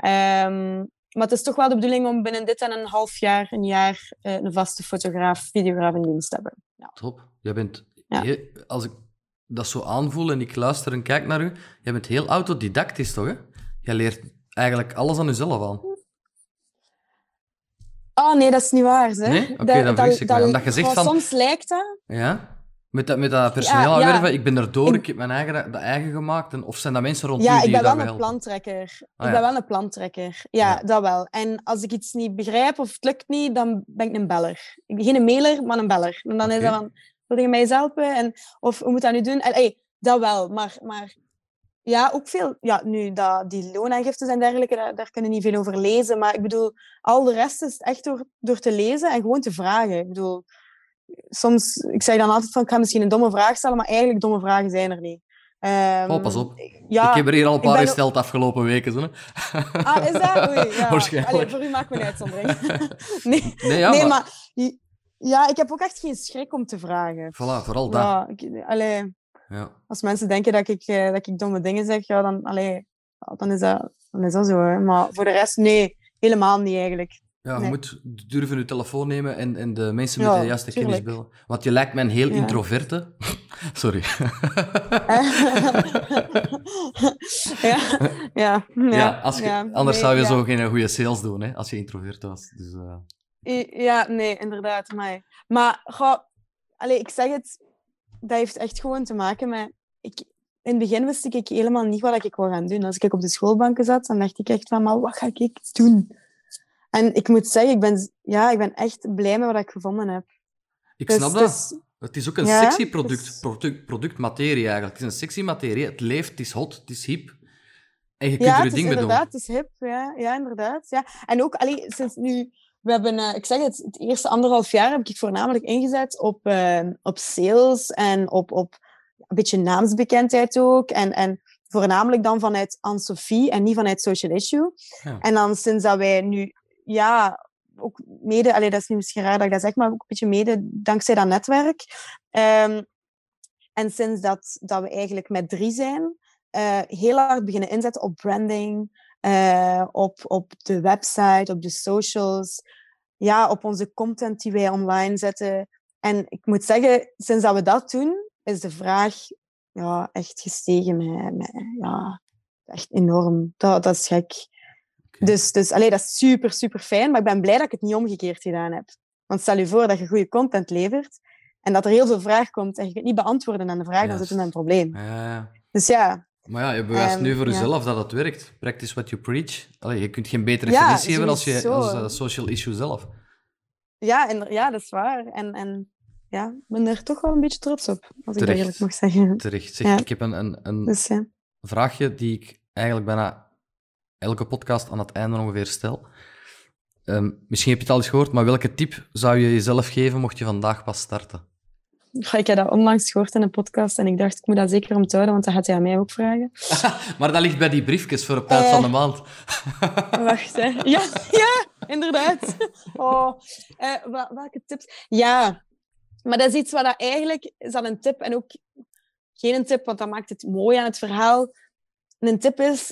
Um, maar het is toch wel de bedoeling om binnen dit en een half jaar, een jaar, uh, een vaste fotograaf, videograaf in dienst te hebben. Ja. Top. Jij bent... Ja. Heel, als ik dat zo aanvoel en ik luister en kijk naar u, jij bent heel autodidactisch, toch? Hè? Jij leert eigenlijk alles aan jezelf aan. Oh nee, dat is niet waar. Hè? Nee? Oké, okay, dan vrees ik mij. Omdat je zegt oh, van... Soms lijkt dat... Ja? Met dat, met dat personeel ja, aanwerven, ja. ik ben erdoor, ik heb mijn eigen, dat eigen gemaakt. En, of zijn dat mensen rond ja, u die je daarbij helpen? Ja, ik ben wel een plantrekker. Ah, ik ja. ben wel een plantrekker. Ja, ja, dat wel. En als ik iets niet begrijp of het lukt niet, dan ben ik een beller. Ik ben geen mailer, maar een beller. En dan okay. is dat van, wil je mij eens helpen? En, of, hoe moet dat nu doen? En, hey, dat wel, maar... maar ja, ook veel... Ja, nu, dat, die loonaangiftes en dergelijke, daar, daar kunnen niet veel over lezen. Maar ik bedoel, al de rest is echt door, door te lezen en gewoon te vragen. Ik bedoel, soms... Ik zeg dan altijd van, ik ga misschien een domme vraag stellen, maar eigenlijk domme vragen zijn er niet. Um, oh, pas op. Ja, ik heb er hier al een paar ben... gesteld de afgelopen weken. Zo, ah, is dat? Oei, ja. Waarschijnlijk. Allee, voor u maakt me een uitzondering. nee, nee, ja, nee maar... maar... Ja, ik heb ook echt geen schrik om te vragen. Voilà, vooral dat. Ja, ik, allee... Ja. Als mensen denken dat ik, uh, dat ik domme dingen zeg, ja, dan, allee, dan, is dat, dan is dat zo. Hè. Maar voor de rest, nee, helemaal niet eigenlijk. Ja, je nee. moet durven je telefoon nemen en, en de mensen ja, met de juiste tuurlijk. kennis bellen. Want je lijkt mij een heel ja. introverte. Sorry. ja, ja, ja, ja, als je, ja, anders nee, zou je ja. zo geen goede sales doen, hè, als je introvert was. Dus, uh... Ja, nee, inderdaad. Maar, maar goh, allee, ik zeg het, dat heeft echt gewoon te maken met... Ik, in het begin wist ik helemaal niet wat ik wou gaan doen. Als ik op de schoolbanken zat, dan dacht ik echt van, maar wat ga ik doen? En ik moet zeggen, ik ben, ja, ik ben echt blij met wat ik gevonden heb. Ik dus, snap dat. Dus, het is ook een ja, sexy product, dus... product, productmaterie eigenlijk. Het is een sexy materie. Het leeft, het is hot, het is hip. En je kunt ja, er je ding mee doen. Ja, het is hip. Ja, ja inderdaad. Ja. En ook, allee, sinds nu... We hebben, uh, ik zeg het, het eerste anderhalf jaar heb ik voornamelijk ingezet op, uh, op sales en op, op een beetje naamsbekendheid ook. En, en voornamelijk dan vanuit Anne-Sophie en niet vanuit Social Issue. Ja. En dan sinds dat wij nu, ja, ook mede, allee, dat is nu misschien raar dat ik dat zeg, maar ook een beetje mede dankzij dat netwerk. Um, en sinds dat, dat we eigenlijk met drie zijn, uh, heel hard beginnen inzetten op branding, uh, op, op de website, op de socials, ja, op onze content die wij online zetten. En ik moet zeggen, sinds dat we dat doen, is de vraag ja, echt gestegen. Met, met, ja, echt enorm. Dat, dat is gek. Okay. Dus, dus allee, dat is super, super fijn. Maar ik ben blij dat ik het niet omgekeerd gedaan heb. Want stel je voor dat je goede content levert en dat er heel veel vraag komt en je kunt niet beantwoorden aan de vraag, yes. dan zit er met een probleem. Ja. Dus ja... Maar ja, je bewijst um, nu voor jezelf ja. dat het werkt. Practice what you preach. Allee, je kunt geen betere definitie ja, geven als, je, als uh, social issue zelf. Ja, en, ja, dat is waar. En, en ja, ik ben er toch wel een beetje trots op, als Terecht. ik dat eerlijk mag zeggen. Terecht. Zeg, ja. Ik heb een, een, een dus, ja. vraagje die ik eigenlijk bijna elke podcast aan het einde ongeveer stel. Um, misschien heb je het al eens gehoord, maar welke tip zou je jezelf geven mocht je vandaag pas starten? Ik heb dat onlangs gehoord in een podcast en ik dacht, ik moet dat zeker onthouden, want dat gaat hij aan mij ook vragen. Maar dat ligt bij die briefjes voor op tijd uh, van de maand. Wacht, hè. Ja, ja, inderdaad. Oh, uh, welke tips? Ja, maar dat is iets wat dat eigenlijk... Is dat een tip en ook geen tip, want dat maakt het mooi aan het verhaal. Een tip is...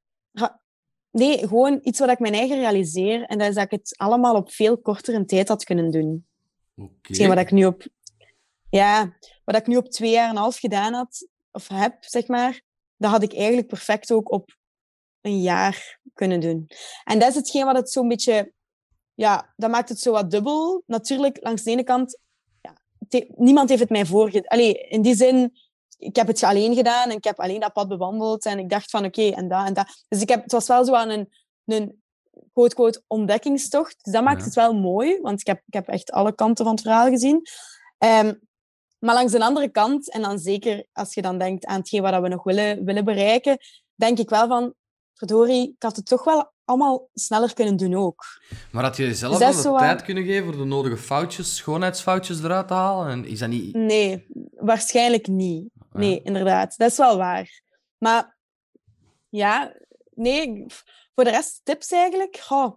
Nee, gewoon iets wat ik mijn eigen realiseer en dat is dat ik het allemaal op veel kortere tijd had kunnen doen. Okay. Wat ik nu op... Ja, wat ik nu op twee jaar en een half gedaan had, of heb, zeg maar, dat had ik eigenlijk perfect ook op een jaar kunnen doen. En dat is hetgeen wat het zo'n beetje... Ja, dat maakt het zo wat dubbel. Natuurlijk, langs de ene kant, ja, te, niemand heeft het mij voorgedaan. Allee, in die zin, ik heb het alleen gedaan en ik heb alleen dat pad bewandeld en ik dacht van, oké, okay, en dat en dat. Dus ik heb, het was wel zo aan een, een quote, quote, ontdekkingstocht. Dus dat maakt ja. het wel mooi, want ik heb, ik heb echt alle kanten van het verhaal gezien. Um, Maar langs de andere kant, en dan zeker als je dan denkt aan hetgeen wat we nog willen, willen bereiken, denk ik wel van, verdorie, ik had het toch wel allemaal sneller kunnen doen ook. Maar had je jezelf dus dan de tijd wel... kunnen geven voor de nodige foutjes, schoonheidsfoutjes eruit te halen? En is dat niet... Nee, waarschijnlijk niet. Nee, ja. inderdaad. Dat is wel waar. Maar ja, nee, voor de rest tips eigenlijk. Oh.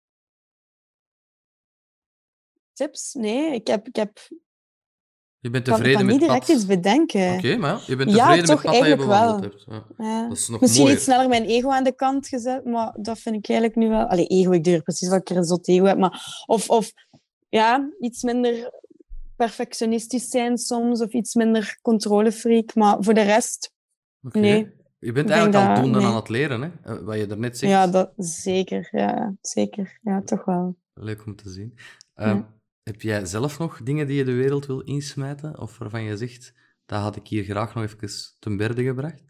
Tips? Nee, ik heb... Ik heb... Je bent tevreden kan, met het pad? Ik kan niet direct iets bedenken. Oké, okay, maar ja, je bent tevreden ja, met het pad dat je bewandeld hebt. Ja. Ja. Dat is nog Misschien mooier. iets sneller mijn ego aan de kant gezet, maar dat vind ik eigenlijk nu wel... Allee, ego, ik durf precies wat ik er een zot ego heb, maar... Of, of ja, iets minder perfectionistisch zijn soms, of iets minder controlefreak, maar voor de rest, okay. nee. Je bent Ik eigenlijk denk al dat- doende nee. aan het leren, hè? Eh, Wat je daarnet zegt. Ja, dat zeker. Ja, zeker. Ja, toch wel. Leuk om te zien. Ja. Ehm, Heb jij zelf nog dingen die je de wereld wil insmijten? Of waarvan je zegt, dat had ik hier graag nog even ten berde gebracht?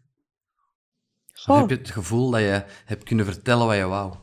Of Goh. heb je het gevoel dat je hebt kunnen vertellen wat je wou?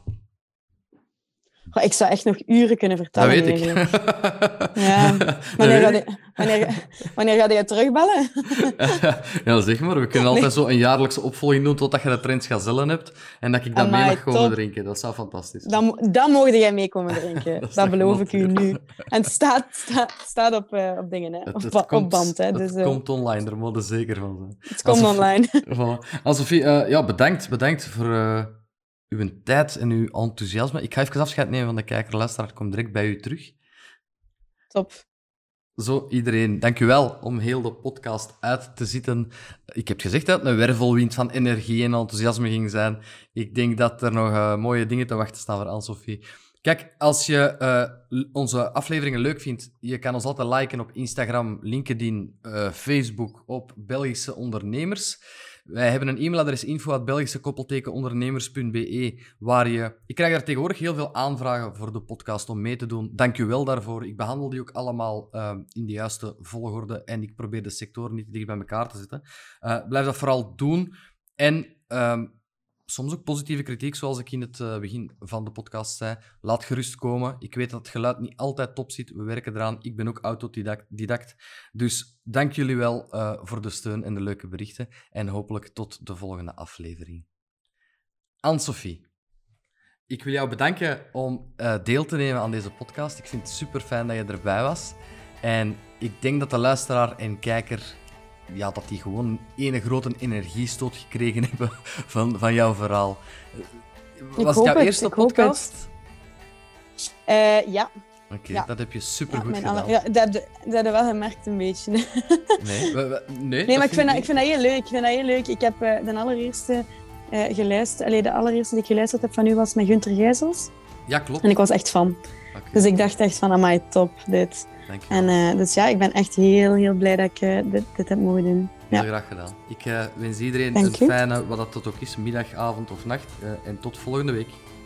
Goh, ik zou echt nog uren kunnen Dat vertellen. weet ik. eigenlijk. Ja. Dat Wanneer ga weet je, wanneer, wanneer ga je terugbellen? Ja, zeg maar. We kunnen altijd zo een jaarlijkse opvolging doen totdat je de trends gazellen hebt en dat ik dan mee Amai, mag komen top. drinken. Dat zou fantastisch zijn. Dan, mo- dan mogen jij mee komen drinken. Dat is dat toch beloof ik u knap, nu. En het staat, staat, staat op, eh, op dingen, hè. Het, Op, het ba- komt, op band. Hè. het Dus, eh, komt online, daar moet je zeker van zijn. het komt Alsof- online. Voilà. Anne-Sophie, eh, ja, bedankt, bedankt voor eh, uw tijd en uw enthousiasme. Ik ga even afscheid nemen van de kijker-luisteraar. Ik kom direct bij u terug. Top. Zo, iedereen, dank u wel om heel de podcast uit te zitten. Ik heb gezegd dat het een wervelwind van energie en enthousiasme ging zijn. Ik denk dat er nog eh, mooie dingen te wachten staan voor Anne-Sophie. Kijk, als je eh, l- onze afleveringen leuk vindt, je kan ons altijd liken op Instagram, LinkedIn, eh, Facebook, op Belgische Ondernemers. Wij hebben een e-mailadres info at belgische koppeltekenondernemers punt b e, waar je... Ik krijg daar tegenwoordig heel veel aanvragen voor de podcast om mee te doen. Dank u wel daarvoor. Ik behandel die ook allemaal eh, in de juiste volgorde en ik probeer de sectoren niet te dicht bij elkaar te zetten. Eh, blijf dat vooral doen. En ehm, soms ook positieve kritiek, zoals ik in het eh, begin van de podcast zei. Laat gerust komen. Ik weet dat het geluid niet altijd top zit. We werken eraan. Ik ben ook autodidact. didact. Dus dank jullie wel eh, voor de steun en de leuke berichten. En hopelijk tot de volgende aflevering. Anne-Sophie, ik wil jou bedanken om eh, deel te nemen aan deze podcast. Ik vind het super fijn dat je erbij was. En ik denk dat de luisteraar en kijker... Ja, dat die gewoon een grote energiestoot gekregen hebben van, van jouw verhaal. Was het hoop jouw het, eerste ik hoop podcast? Eh, ja. Oké, Ja. dat heb je Ja, supergoed mijn gedaan. aller- ja, dat, heb je- dat heb je wel gemerkt een beetje. Nee, we- we- nee, Nee, maar ik vind, dat, niet. ik vind dat heel leuk. Ik vind dat heel leuk. Ik heb eh, de allereerste eh, geluisterd... Allee, de allereerste die ik geluisterd heb van u was met Gunther Gijsels. Ja, klopt. En ik was echt fan. Oké, Dus ik dacht echt van, amai, top, dit. dank je. En eh, dus ja, ik ben echt heel, heel blij dat ik eh, dit, dit heb mogen doen. Heel Ja. graag gedaan. Ik eh, wens iedereen Dank een u. fijne, wat dat tot ook is, middag, avond of nacht. eh, en tot volgende week.